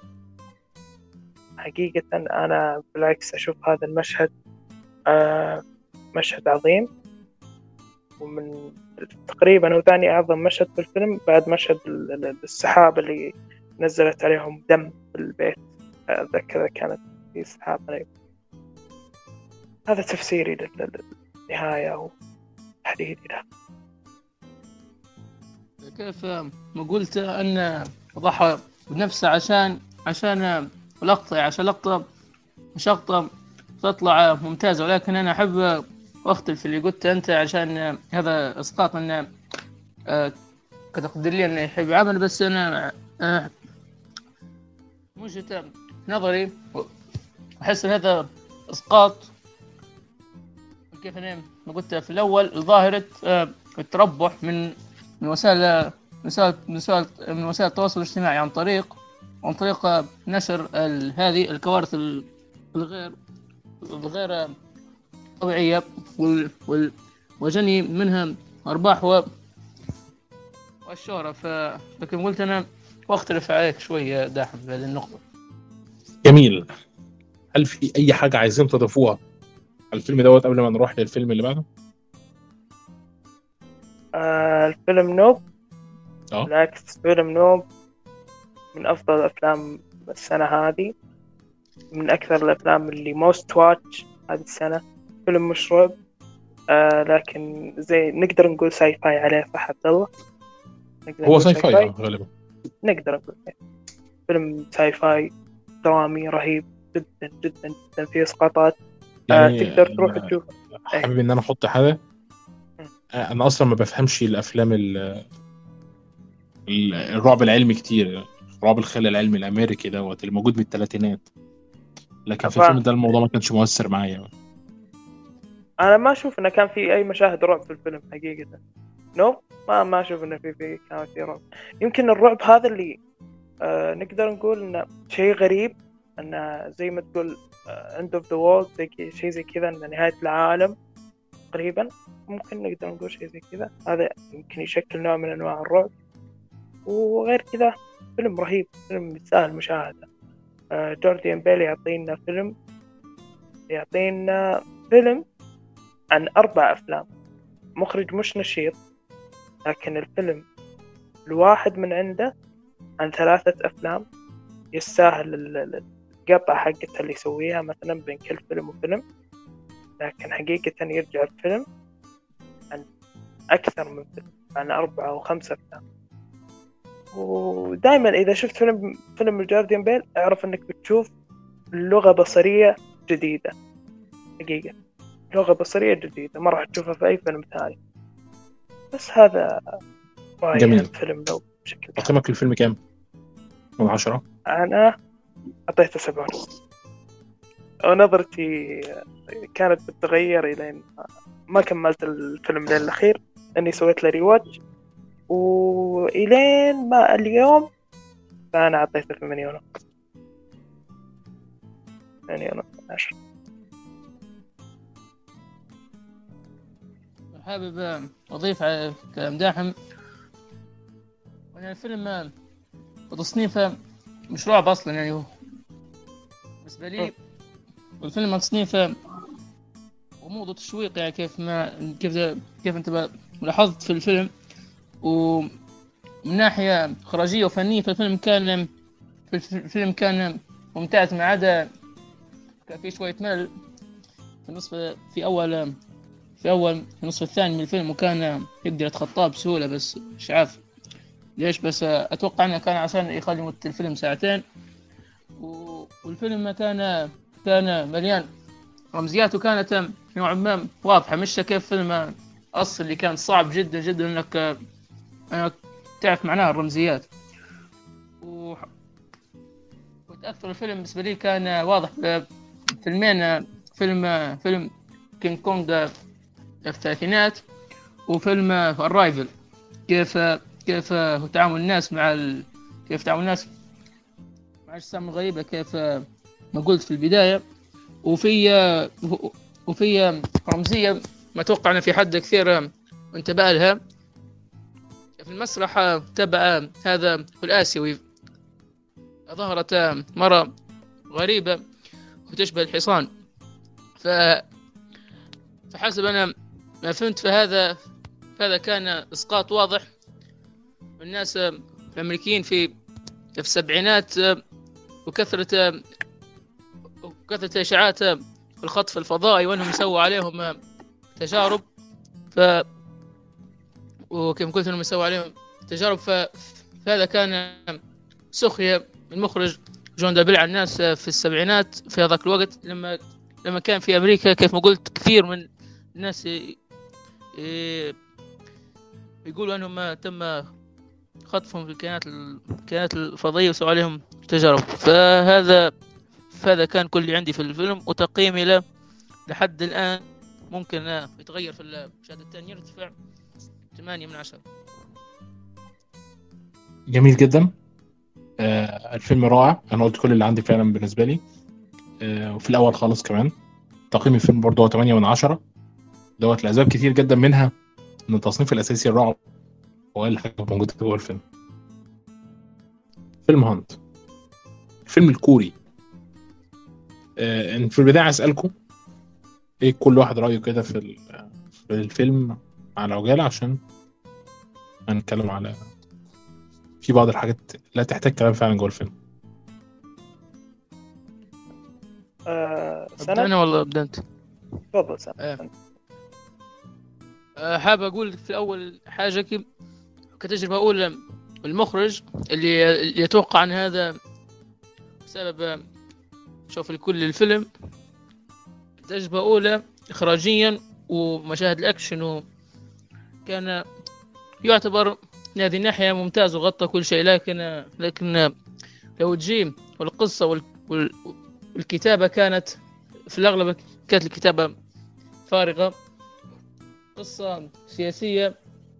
حقيقة أنا بالعكس أشوف هذا المشهد آه مشهد عظيم، ومن تقريبا هو ثاني أعظم مشهد في الفيلم بعد مشهد السحاب اللي نزلت عليهم دم في البيت. أتذكر كانت في سحاب عليهم. هذا تفسيري للنهاية وتحديدي لها. كيف ما قلت أن ضحى بنفسه عشان عشان لقطة عشان لقطة مش لقطة تطلع ممتازة، ولكن أنا أحب أختلف في اللي قلت أنت، عشان هذا إسقاط أن آه، كتقدر لي أنه يحب عمل. بس أنا آه، وجهة نظري أحس أن هذا إسقاط كيف أنا ما قلت في الأول، ظاهرة آه، التربح من من وسائل من وسائل من وسائل من وسائل التواصل الاجتماعي، عن طريق عن طريق آه، نشر ال- هذه الكوارث ال- الغير الغير طبيعية، وال وال وجني منها أرباح و- والشهرة. ف لكن قلت أنا واختلف عليك شوية داحم في هذه النقطة. جميل. هل في اي حاجه عايزين تضيفوها على الفيلم دوت قبل ما نروح للفيلم اللي بعده؟ آه الفيلم نوب. اه بالعكس فيلم نوب من أفضل الأفلام السنة هذه، من أكثر الأفلام اللي موست واتش هذه السنة. فيلم مش رعب آه لكن زي نقدر نقول ساي فاي عليه، صح عبد الله؟ نقدر هو نقول ساي فاي اه غالبا. نقدر نقول ساي. فيلم ساي فاي درامي رهيب جدا جدا جدا، فيه اسقاطات آه يعني تقدر تروح أنا تشوف. حابب ان انا احط حاجه. آه، انا اصلا ما بفهمش الافلام ال- ال- الرعب العلمي كتير، رعب الخيال العلمي الامريكي دوت اللي موجود من الثلاثينات، لكن في الفيلم فاهم. ده الموضوع ما كانش مؤثر معايا. انا ما اشوف انه كان في اي مشاهد رعب في الفيلم حقيقة. نو، ما ما اشوف انه في في كان في رعب. يمكن الرعب هذا اللي آه نقدر نقول انه شيء غريب، انه زي ما تقول اند اوف ذا وورلد، زي كي- شيء زي كذا، ان نهاية العالم تقريبا. ممكن نقدر نقول شيء زي كذا، هذا يمكن يشكل نوع من انواع الرعب. وغير كذا فيلم رهيب، فيلم يستاهل المشاهدة. آه جورديان بيل يعطينا فيلم يعطينا فيلم عن أربع أفلام. مخرج مش نشيط، لكن الفيلم الواحد من عنده عن ثلاثة أفلام. يستاهل ال- ال- القطعة حقتها اللي يسويها مثلا بين كل فيلم وفيلم، لكن حقيقة يرجع الفيلم عن أكثر من فيلم، عن أربعة أو خمسة أفلام. ودائما إذا شفت فيلم فيلم الجارديان بيل أعرف أنك بتشوف لغة بصرية جديدة. حقيقة لغة بصرية جديدة ما راح تشوفها في أي فيلم ثاني. بس هذا رأيي عن جميل. الفيلم لو بشكل كامل. تقييمك للفيلم كام من عشرة؟ أنا أعطيته سبعة ونص، ونظرتي كانت بتتغير إلى ما كملت الفيلم لين الأخير، أني سويت له ريواتش، وإلين ما اليوم فأنا أعطيته ثمانية ونص. ثمانية ونص عشرة. حابب أضيف على كلام داحم وأن الفيلم وتصنيفه مش رعب أصلا، يعني هو بالنسبة لي والفيلم تصنيفه غموض وتشويق، يعني كيف ما كيف كيف أنت لاحظت في الفيلم. ومن ناحية إخراجية وفنية فالفيلم كان في الفيلم كان ممتاز، ما عدا كان في شوية ملل في النصف في أول في أول في النصف الثاني من الفيلم، وكان يقدر يتخطاه بسهولة، بس مش عارف ليش. بس أتوقع أنه كان عشان يخلي مدة الفيلم ساعتين. والفيلم كان كان مليان رمزيات، وكانت نوعا ما واضحة، مش كيف فيلم أصل اللي كان صعب جدا جدا أنك أنك تعرف معناها الرمزيات. و... وتأثر الفيلم بالنسبة لي كان واضح فيلمين، فيلم فيلم كينج كونغ في الثلاثينات، وفيلم الرايفل، كيف كيف تعامل الناس مع ال... كيف تعامل الناس مع الأجسام الغريبة، كيف ما قلت في البداية. وفي وفي رمزية ما أتوقع أن في حد كثير انتبه لها في المسرح تبع هذا الآسيوي. ظهرت مرة غريبة وتشبه الحصان، ف فحسب أنا ما فهمت فهذا هذا كان إسقاط واضح من الناس الأمريكيين في في السبعينات، وكثرة وكثرة إشاعات الخطف الفضائي، وأنهم يسووا عليهم تجارب. ف وكما قلت أنهم يسووا عليهم تجارب. ف... فهذا كان سخرية من مخرج جون دابل على الناس في السبعينات في هذاك الوقت، لما لما كان في أمريكا كيف ما قلت كثير من الناس ي... ي... يقولوا أنهم تم خطفهم في الكائنات الكائنات الفضائية وسووا عليهم تجارب. فهذا فهذا كان كل اللي عندي في الفيلم، وتقييمي له لحد الآن ممكن يتغير في المشاهدة الثانية، يرتفع ثمانية من عشرة. جميل جدا. آه الفيلم رائع، انا قلت كل اللي عندي فعلا بالنسبه لي. آه وفي الاول خالص كمان تقييم الفيلم برضه هو ثمانية من عشرة، دوت لاسباب كتير جدا، منها ان التصنيف الاساسي الرعب هو اللي حاجه موجوده جوه الفيلم. فيلم هانت، الفيلم الكوري. آه في البدايه اسالكم ايه كل واحد رايه كده في في الفيلم على عجاله، عشان هنتكلم على في بعض الحاجات لا تحتاج كلام فعلا جوه الفيلم. أه أبدأ أنا والله أبدأ أنت؟ تفضل سنة. أه. أه حاب أقول في أول حاجة كتجربة أولى المخرج اللي يتوقع عن هذا سبب شوف الكل الفيلم تجربة أولى إخراجيا ومشاهد الأكشن، كان يعتبر من هذه الناحية ممتاز وغطى كل شيء، لكن لكن لو تجي والقصة وال... وال... والكتابة كانت في الأغلب كانت الكتابة فارغة، قصة سياسية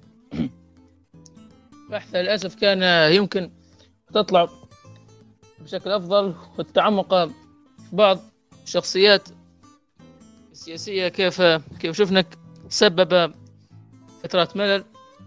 بحثها للأسف كان يمكن تطلع بشكل أفضل، والتعمق في بعض الشخصيات السياسية كيف كيف شفنا سبب فترات ملل،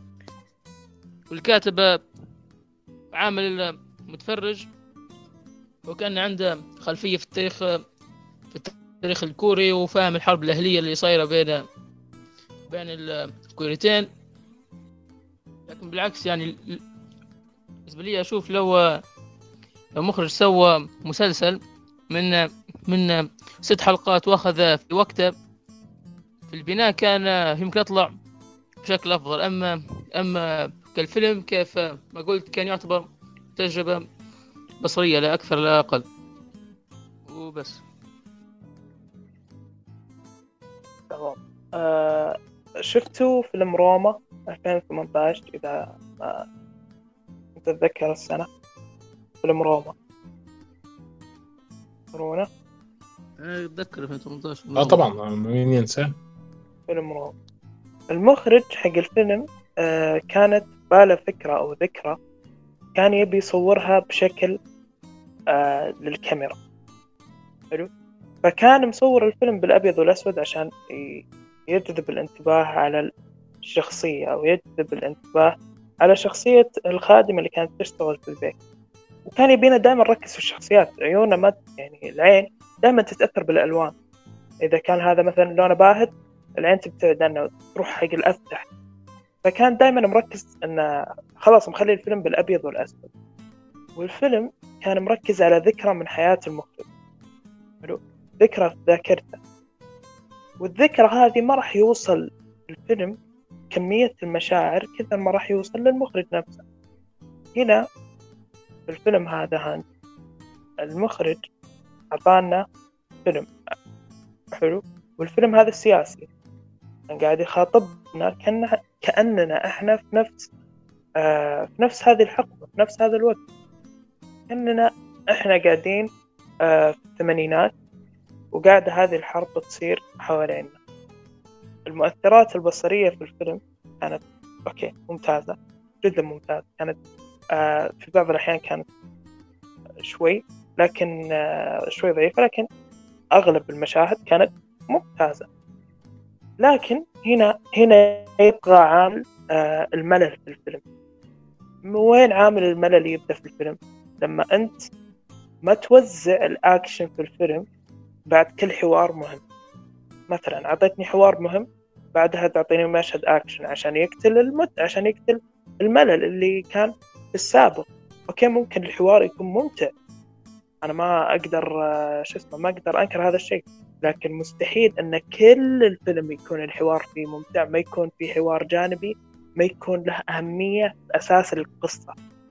والكاتب عامل المتفرج وكان عنده خلفية في التاريخ في التاريخ الكوري وفاهم الحرب الأهلية اللي صايرة بين بين الكوريتين. لكن بالعكس يعني بالنسبة لي أشوف لو لو مخرج سوى مسلسل من من ست حلقات واخذ في وقته في البناء كان يمكن يطلع بشكل أفضل. أما أما كالفيلم كيف ما قلت كان يعتبر تجربة بصرية لا أكثر لا أقل وبس. تمام. آه شفتوا فيلم روما ألفين وثمانية عشر إذا ما تتذكر السنة؟ فيلم روما رونا أتذكر ألفين وثمانية عشر. اه طبعا مين ينساه. فيلم روما المخرج حق الفيلم آه كانت باله فكرة أو ذكرى كان يبي يصورها بشكل آه للكاميرا. حلو. فكان مصور الفيلم بالأبيض والأسود عشان يجذب الانتباه على الشخصية أو يجذب الانتباه على شخصية الخادمة اللي كانت تشتغل في البيت. وكان يبينا دائما نركز في الشخصيات، عيوننا ما يعني العين دائما تتأثر بالألوان. إذا كان هذا مثلا لونه باهت العين تبتعد عنه تروح حق الأفتح. فكان دائما مركز أن خلاص مخلي الفيلم بالأبيض والأسود. والفيلم كان مركز على ذكرى من حياة المخرج، ذكرى في ذاكرته، والذكرى هذه ما راح يوصل الفيلم كمية المشاعر كذا ما راح يوصل للمخرج نفسه. هنا في الفيلم هذا هان المخرج أعطانا فيلم حلو، والفيلم هذا سياسي يعني قاعد يخاطبنا كأننا كأننا إحنا في نفس آه في نفس هذه الحقبة في نفس هذا الوقت، كأننا إحنا قاعدين آه في الثمانينات وقاعدة هذه الحرب تصير حوالينا. المؤثرات البصرية في الفيلم كانت أوكي ممتازة جدا ممتازة، كانت آه في بعض الأحيان كانت شوي لكن آه شوي ضعيفة، لكن أغلب المشاهد كانت ممتازة. لكن هنا هنا يبقى عامل آه الملل في الفيلم. وين عامل الملل يبدأ في الفيلم؟ لما أنت ما توزع الأكشن في الفيلم بعد كل حوار مهم. مثلا أعطيتني حوار مهم بعدها تعطيني مشهد أكشن عشان يقتل المد عشان يقتل الملل اللي كان في السابق. أوكي ممكن الحوار يكون ممتع، أنا ما أقدر شو اسمه ما أقدر أنكر هذا الشيء، لكن مستحيل أن كل الفيلم يكون الحوار فيه ممتع، ما يكون فيه حوار جانبي ما يكون له أهمية في أساس القصة.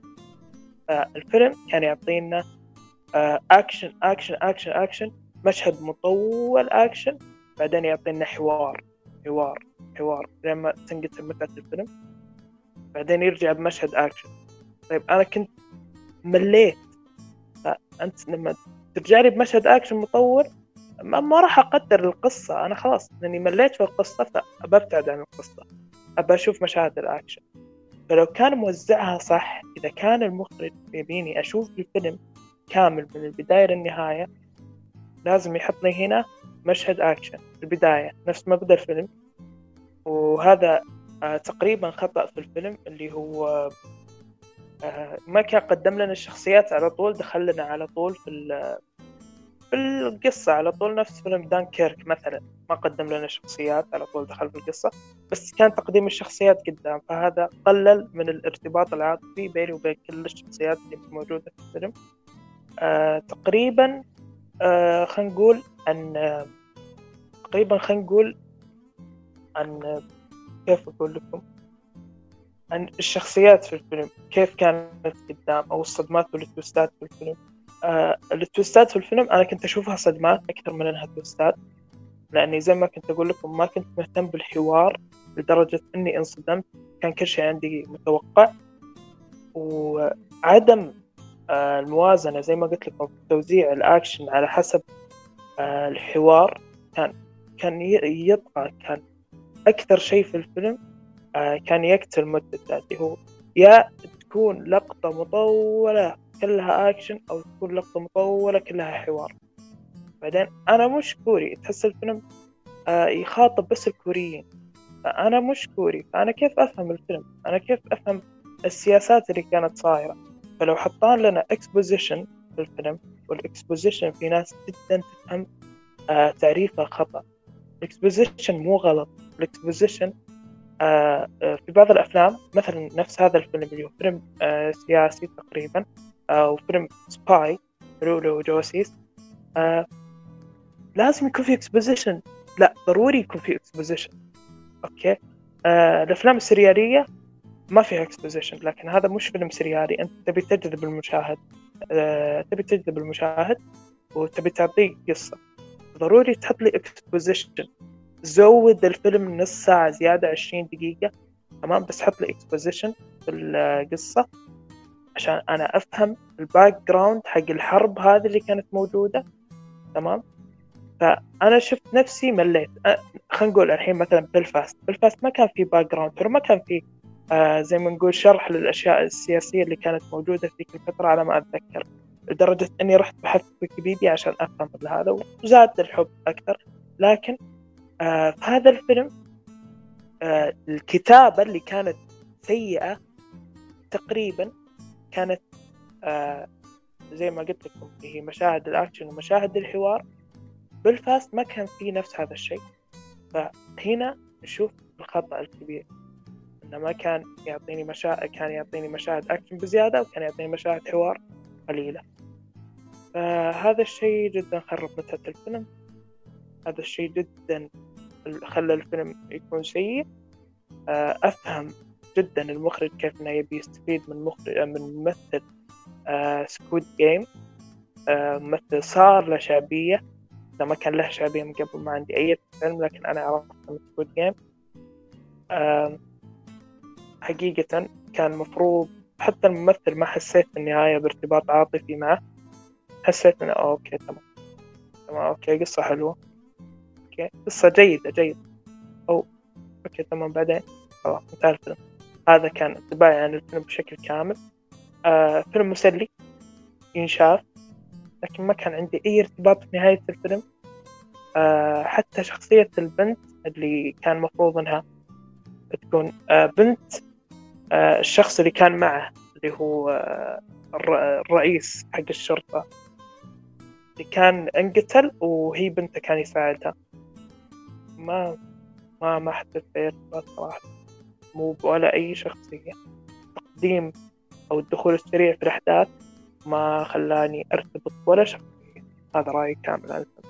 الفيلم كان يعطينا أكشن أكشن أكشن أكشن مشهد مطول أكشن بعدين يعطينا حوار حوار حوار لما تنقسم متعة الفيلم بعدين يرجع بمشهد أكشن. طيب أنا كنت مليت، فأنت لما ترجع لي بمشهد أكشن مطول ما, ما راح أقدر القصة، أنا خلاص لأني مليت في القصة فأبتعد عن القصة أبى أشوف مشاهد الأكشن. فلو كان موزعها صح، إذا كان المخرج يبيني أشوف الفيلم كامل من البداية للنهاية لازم يحط لي هنا مشهد أكشن في البداية نفس ما بدأ الفيلم. وهذا آه تقريبا خطأ في الفيلم اللي هو آه ما كان قدم لنا الشخصيات على طول، دخل لنا على طول في في القصة على طول نفس فيلم دانكيرك مثلا ما قدم لنا الشخصيات على طول دخل في القصة، بس كان تقديم الشخصيات قدام، فهذا قلل من الارتباط العاطفي بيني وبين كل الشخصيات اللي موجودة في الفيلم. آه تقريبا آه خلينا نقول أن آه تقريبا خلينا نقول أن آه كيف أقول لكم عن الشخصيات في الفيلم كيف كانت قدام أو الصدمات والتويستات في الفيلم. آه التويستات في الفيلم أنا كنت أشوفها صدمات أكثر من أنها تويستات، لأني زي ما كنت أقول لكم ما كنت مهتم بالحوار لدرجة أني انصدمت، كان كل شيء عندي متوقع. وعدم آه، الموازنة زي ما قلت لكم في توزيع الأكشن على حسب آه، الحوار كان كان ي- يطغى. كان أكثر شيء في الفيلم آه، كان يقتل مدته، اللي هو يا تكون لقطة مطولة كلها أكشن أو تكون لقطة مطولة كلها حوار. بعدين أنا مش كوري، تحس الفيلم آه، يخاطب بس الكوريين، فأنا مش كوري، فأنا كيف أفهم الفيلم؟ أنا كيف أفهم السياسات اللي كانت صايرة؟ فلو حطان لنا إكسبوزيشن في الفيلم، والإكسبوزيشن في ناس جدا تفهم آه تعريفه خطأ. الإكسبوزيشن مو غلط، الإكسبوزيشن آه آه في بعض الأفلام مثلا نفس هذا الفيلم اللي هو فيلم آه سياسي تقريبا أو آه فيلم سباي رولو وجواسيس، آه لازم يكون في إكسبوزيشن، لا ضروري يكون في إكسبوزيشن. أوكي. آه الأفلام السريالية ما فيها إكسبوزيشن، لكن هذا مش فيلم سريالي، أنت تبي تجذب المشاهد، آه تبي تجذب المشاهد وتبي تعطيه قصة، ضروري تحط لي إكسبوزيشن. زود الفيلم نص ساعة زيادة عشرين دقيقة تمام، بس حط لي إكسبوزيشن في القصة عشان أنا أفهم الباك جراوند حق الحرب هذه اللي كانت موجودة. تمام. فأنا شفت نفسي مليت. أه خلينا نقول الحين مثلا بلفاست بلفاست ما كان فيه باك جراوند، ما كان فيه آه زي ما نقول شرح للأشياء السياسية اللي كانت موجودة في تلك الفترة على ما أتذكر، لدرجة أني رحت بحثت في ويكيبيديا عشان أفهم هذا وزاد الحب أكثر. لكن آه في هذا الفيلم آه الكتابة اللي كانت سيئة تقريبا كانت آه زي ما قلت لكم، هي مشاهد الأكشن ومشاهد الحوار. بلفاست ما كان فيه نفس هذا الشيء، فهنا نشوف الخطأ الكبير، إنه ما كان يعطيني مشاهد، كان يعطيني مشاهد أكشن بزيادة وكان يعطيني مشاهد حوار قليلة. فهذا الشيء جدا خرب متعة الفيلم، هذا الشيء جدا خلى الفيلم يكون سيء. أفهم جدا المخرج كيف إنه يبي يستفيد من مخرج من ممثل سكويد جيم، ممثل صار له شعبية، إذا ما كان له شعبية من قبل ما عندي أي فيلم، لكن أنا عرفت من سكويد جيم. حقيقة كان مفروض، حتى الممثل ما حسيت في النهاية بارتباط عاطفي معه، حسيت إنه أوكي تمام تمام أوكي قصة حلوة، أوكي قصة جيدة جيدة أو أوكي تمام، بعدين خلاص انتهى الفيلم. هذا كان انطباعي عن الفيلم بشكل كامل. آه فيلم مسلي ينشاف، لكن ما كان عندي أي ارتباط في نهاية الفيلم. آه حتى شخصية البنت اللي كان مفروض إنها تكون آه بنت آه الشخص اللي كان معه، اللي هو آه الرئيس حق الشرطة اللي كان انقتل وهي بنته كان يساعدها، ما ما ما حسيت بأي ارتباط صراحة، مو ولا أي شخصية. تقديم أو الدخول السريع في الأحداث ما خلاني أرتبط ولا شخصية. هذا رأيي كامل عن الفيلم.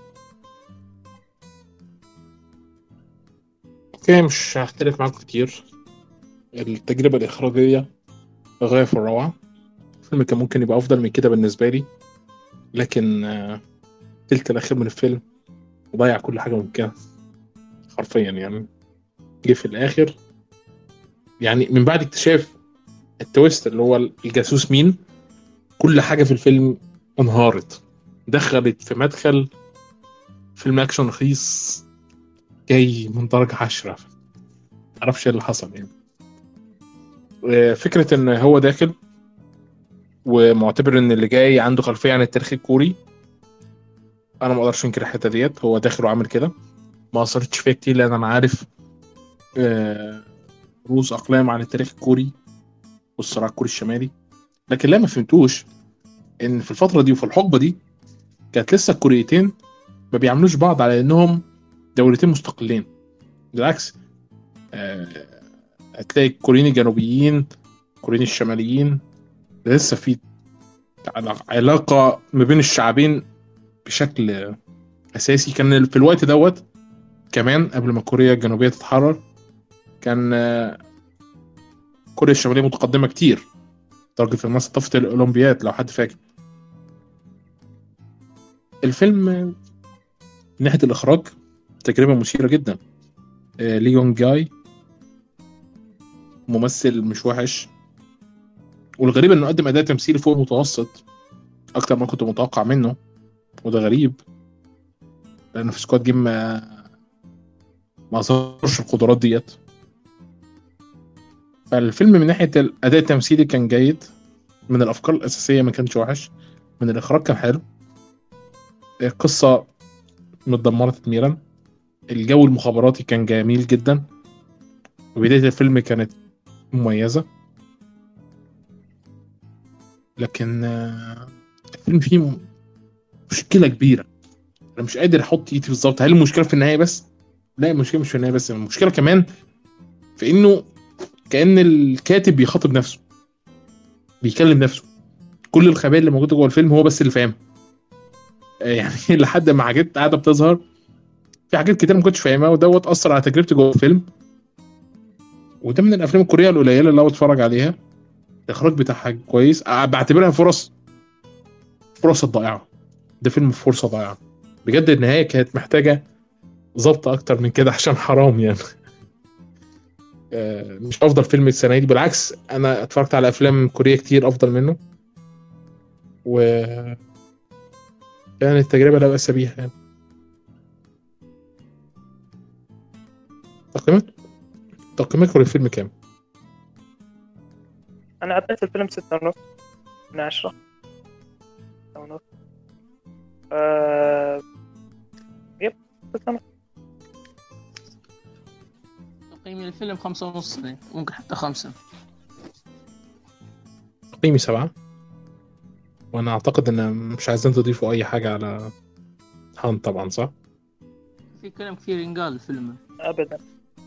اوكي، مش هختلف معاك كتير. التجربة الإخراجية غاية في الروعة. الفيلم كان ممكن يبقى أفضل من كده بالنسبة لي، لكن آه، تلت الأخير من الفيلم وضيع كل حاجة ممكنة حرفيا. يعني جه في الآخر، يعني من بعد اكتشاف التويست اللي هو الجاسوس مين، كل حاجة في الفيلم انهارت، دخلت في مدخل فيلم أكشن رخيص جاي من درجة عشرة. معرفش ايه اللي حصل يعني. فكرة ان هو داخل ومعتبر ان اللي جاي عنده خلفية عن التاريخ الكوري، انا ما اقدرش انكر الحتة ديت. هو داخل وعامل كده، ما اثرتش فيها كتير لان انا عارف رؤوس اقلام عن التاريخ الكوري والصراع الكوري الشمالي. لكن لا، ما فهمتوش ان في الفترة دي وفي الحقبة دي كانت لسه الكوريتين ما بيعملوش بعض على انهم دولتين مستقلين. بالعكس، هتلاقي الكوريين الجنوبيين الكوريين الشماليين لسه في علاقة ما بين الشعبين بشكل أساسي. كان في الوقت دوت كمان قبل ما كوريا الجنوبية تتحرر، كان كوريا الشمالية متقدمة كتير لدرجة إنها استضافت الأولمبياد لو حد فاكر. الفيلم من ناحية الإخراج تجربة مثيرة جدا. لي يونغ جاي ممثل مش وحش، والغريب انه قدم اداء تمثيلي فوق المتوسط اكتر ما كنت متوقع منه، وده غريب لانه في سكواد جيم ما ما اظهرش القدرات ديت. فالفيلم من ناحيه الاداء التمثيلي كان جيد، من الافكار الاساسيه ما كانش وحش، من الاخراج كان حلو، القصه متدمره تدميرا، الجو المخابراتي كان جميل جدا، وبدايه الفيلم كانت مميزه. لكن آه، الفيلم فيه مشكله كبيره، انا مش قادر احط ايدي بالظبط. هل المشكله في النهايه بس؟ لا، المشكله مش في النهايه بس، المشكله كمان في انه كأن الكاتب بيخاطب نفسه، بيكلم نفسه. كل الخبايا اللي موجوده جوه الفيلم هو بس اللي فاهمها. آه، يعني لحد ما حاجات قاعده بتظهر، في حاجات كتير ما كنتش فاهمها، ودوت اثر على تجربتي جوه الفيلم. وده من الافلام الكوريه القليله اللي انا بتفرج عليها الاخراج بتاعها كويس، آه، بعتبرها فرص فرصه ضائعه. ده فيلم فرصه ضائعه بجد. النهايه كانت محتاجه ظبط اكتر من كده عشان حرام يعني. آه، مش افضل فيلم السنه دي، بالعكس انا اتفرجت على افلام كوريه كتير افضل منه، وكانت تجربه لا باس بيها يعني. تقييمك تقييمك للفيلم كام؟ أنا أعطيت الفيلم ستة ونص من عشرة. ستة ونص. آه... يب ستة ونص. تقييمي للفيلم خمسة ونص، يعني ممكن حتى خمسة. تقييمي سبعة. وانا اعتقد ان مش عايزين تضيفوا اي حاجه على هان طبعا، صح؟ في كلام كثير ينقال الفيلم. أبدا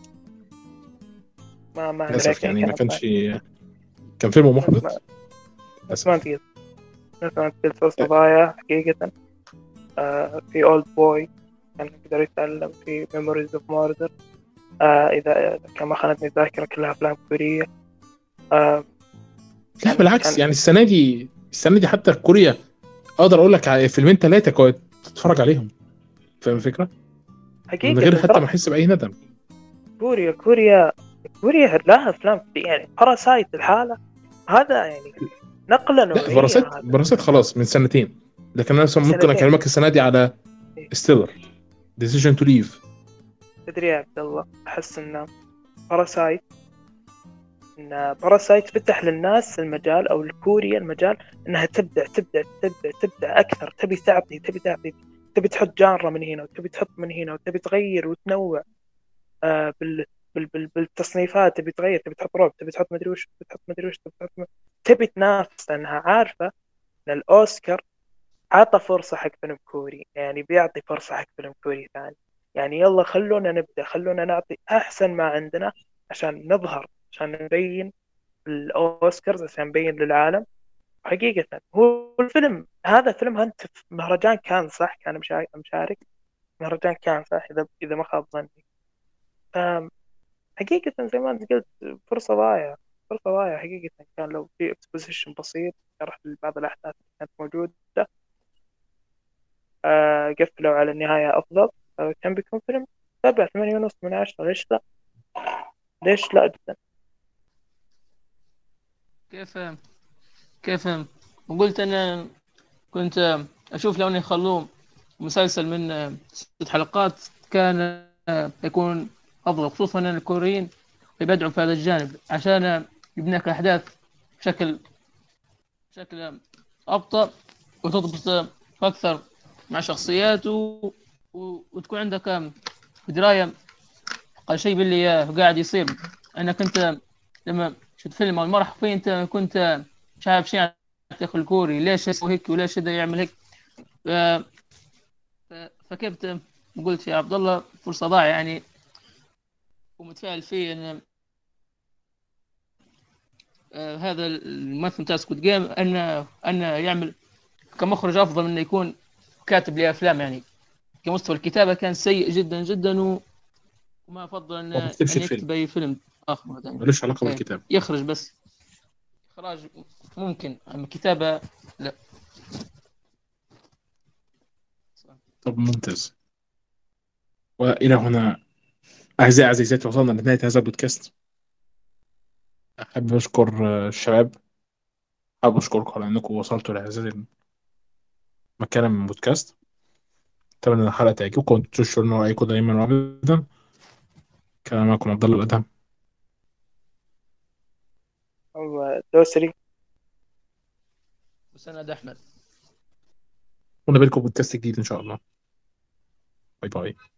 ما ما عندنا للاسف أي يعني ما كلام. كانش كان فيلم نفس محبط ما نفس ما للاسف. تقول نفس ما تقول فرصة ضايعة حقيقة. آه... في أولد بوي كان يقدر يتعلم، في ميموريز أوف موردر، آه... إذا كان ما خانتني الذاكرة كلها أفلام كورية. آه... لا كان بالعكس، كان يعني السنه دي السنه دي حتى كوريا اقدر اقول لك على فيلمين ثلاثه كنت تتفرج عليهم، فاهم الفكره؟ من حقيقة غير حتى ترى ما احس باي ندم. كوريا كوريا كوريا لها أفلام كتير، يعني باراسايت الحالة هذا يعني نقلة لا، نوعية براسات هذا. براسات خلاص من سنتين، لكن انا مثلاً ممكن سنتين اكلمك السنه دي على ستيلر، ديسيجن تو ليف. تدري يا عبد الله، أحس إن باراسايت إن باراسايت فتح للناس المجال، أو الكوريا المجال، إنها تبدع تبدع تبدع تبدع أكثر. تبي تعطي تبي تعطي تبي تحط جانرا من هنا، وتبي تحط من هنا، وتبي تغير وتنوع. آه بال بال بال بالتصنيفات تبي تغير، تبي تحط رعب، تبي تحط مدري وش، تبي تحط مدري وش، تبي تحط م... تبي تنافس، لأنها عارفة إن الأوسكار عطى فرصة حق فيلم كوري، يعني بيعطي فرصة حق فيلم كوري ثاني. يعني يلا خلونا نبدأ، خلونا نعطي أحسن ما عندنا عشان نظهر، عشان نبين الأوسكارز، عشان نبين للعالم. حقيقة هو الفيلم هذا فيلم هنت في مهرجان كان، صح؟ كان مشا- مشارك مهرجان كان، صح؟ إذا إذا ما خاب ظني. آم، حقيقة زي ما أنت قلت، فرصة ضايعة، فرصة ضايعة حقيقة. كان لو في اكسبوزيشن بسيط شرح لبعض الأحداث اللي كانت موجودة، آه، قفلوا على النهاية أفضل، آه، كان بيكون فيلم سبعة ثمانية ونص من عشرة. ليش لا؟ ليش لا جدا. كيف كيف وقلت أنا كنت أشوف لو أن يخلوه مسلسل من ست حلقات كان يكون أفضل، خصوصا أن الكوريين يبدعوا في هذا الجانب عشان يبنيك الأحداث بشكل بشكل أبطأ، وتضبط أكثر مع شخصيات و... و... وتكون عندك دراية أقل شيء باللي قاعد يصير. أنك أنت لما شفت فيلم أول مرة حرفيا أنت كنت مش عارف شيء عن التاريخ الكوري، ليش يسوي هيك وليش هذا يعمل هيك. ف... ف... فكيف قلت يا عبد الله فرصة ضايعة يعني، ومتفائل فيه أن آه هذا الممثل بتاع سكوت جيم أن أن يعمل كمخرج أفضل من أن يكون كاتب لأفلام. يعني كمستوى الكتابة كان سيء جدا جدا، و... وما أفضل أن هو ما كتبش أن الفيلم، يكتب أي فيلم آخر مثلا، ملوش علاقه إيه. بالكتاب. يخرج بس إخراج ممكن، أما كتابة لا. طب ممتاز. والى هنا اعزائي عزيزاتي وصلنا لنهايه هذا البودكاست. احب اشكر آه، الشباب حابب اشكركم على انكم وصلتوا لهذه المكانه من البودكاست. اتمنى ان الحلقه تعجبكم وانتم تشوفوا رايكم دايما وابدا. كان معكم عبد الله الادهم، دوسري. وسند احمد. ونقابلكم بودكاست جديد ان شاء الله. باي باي.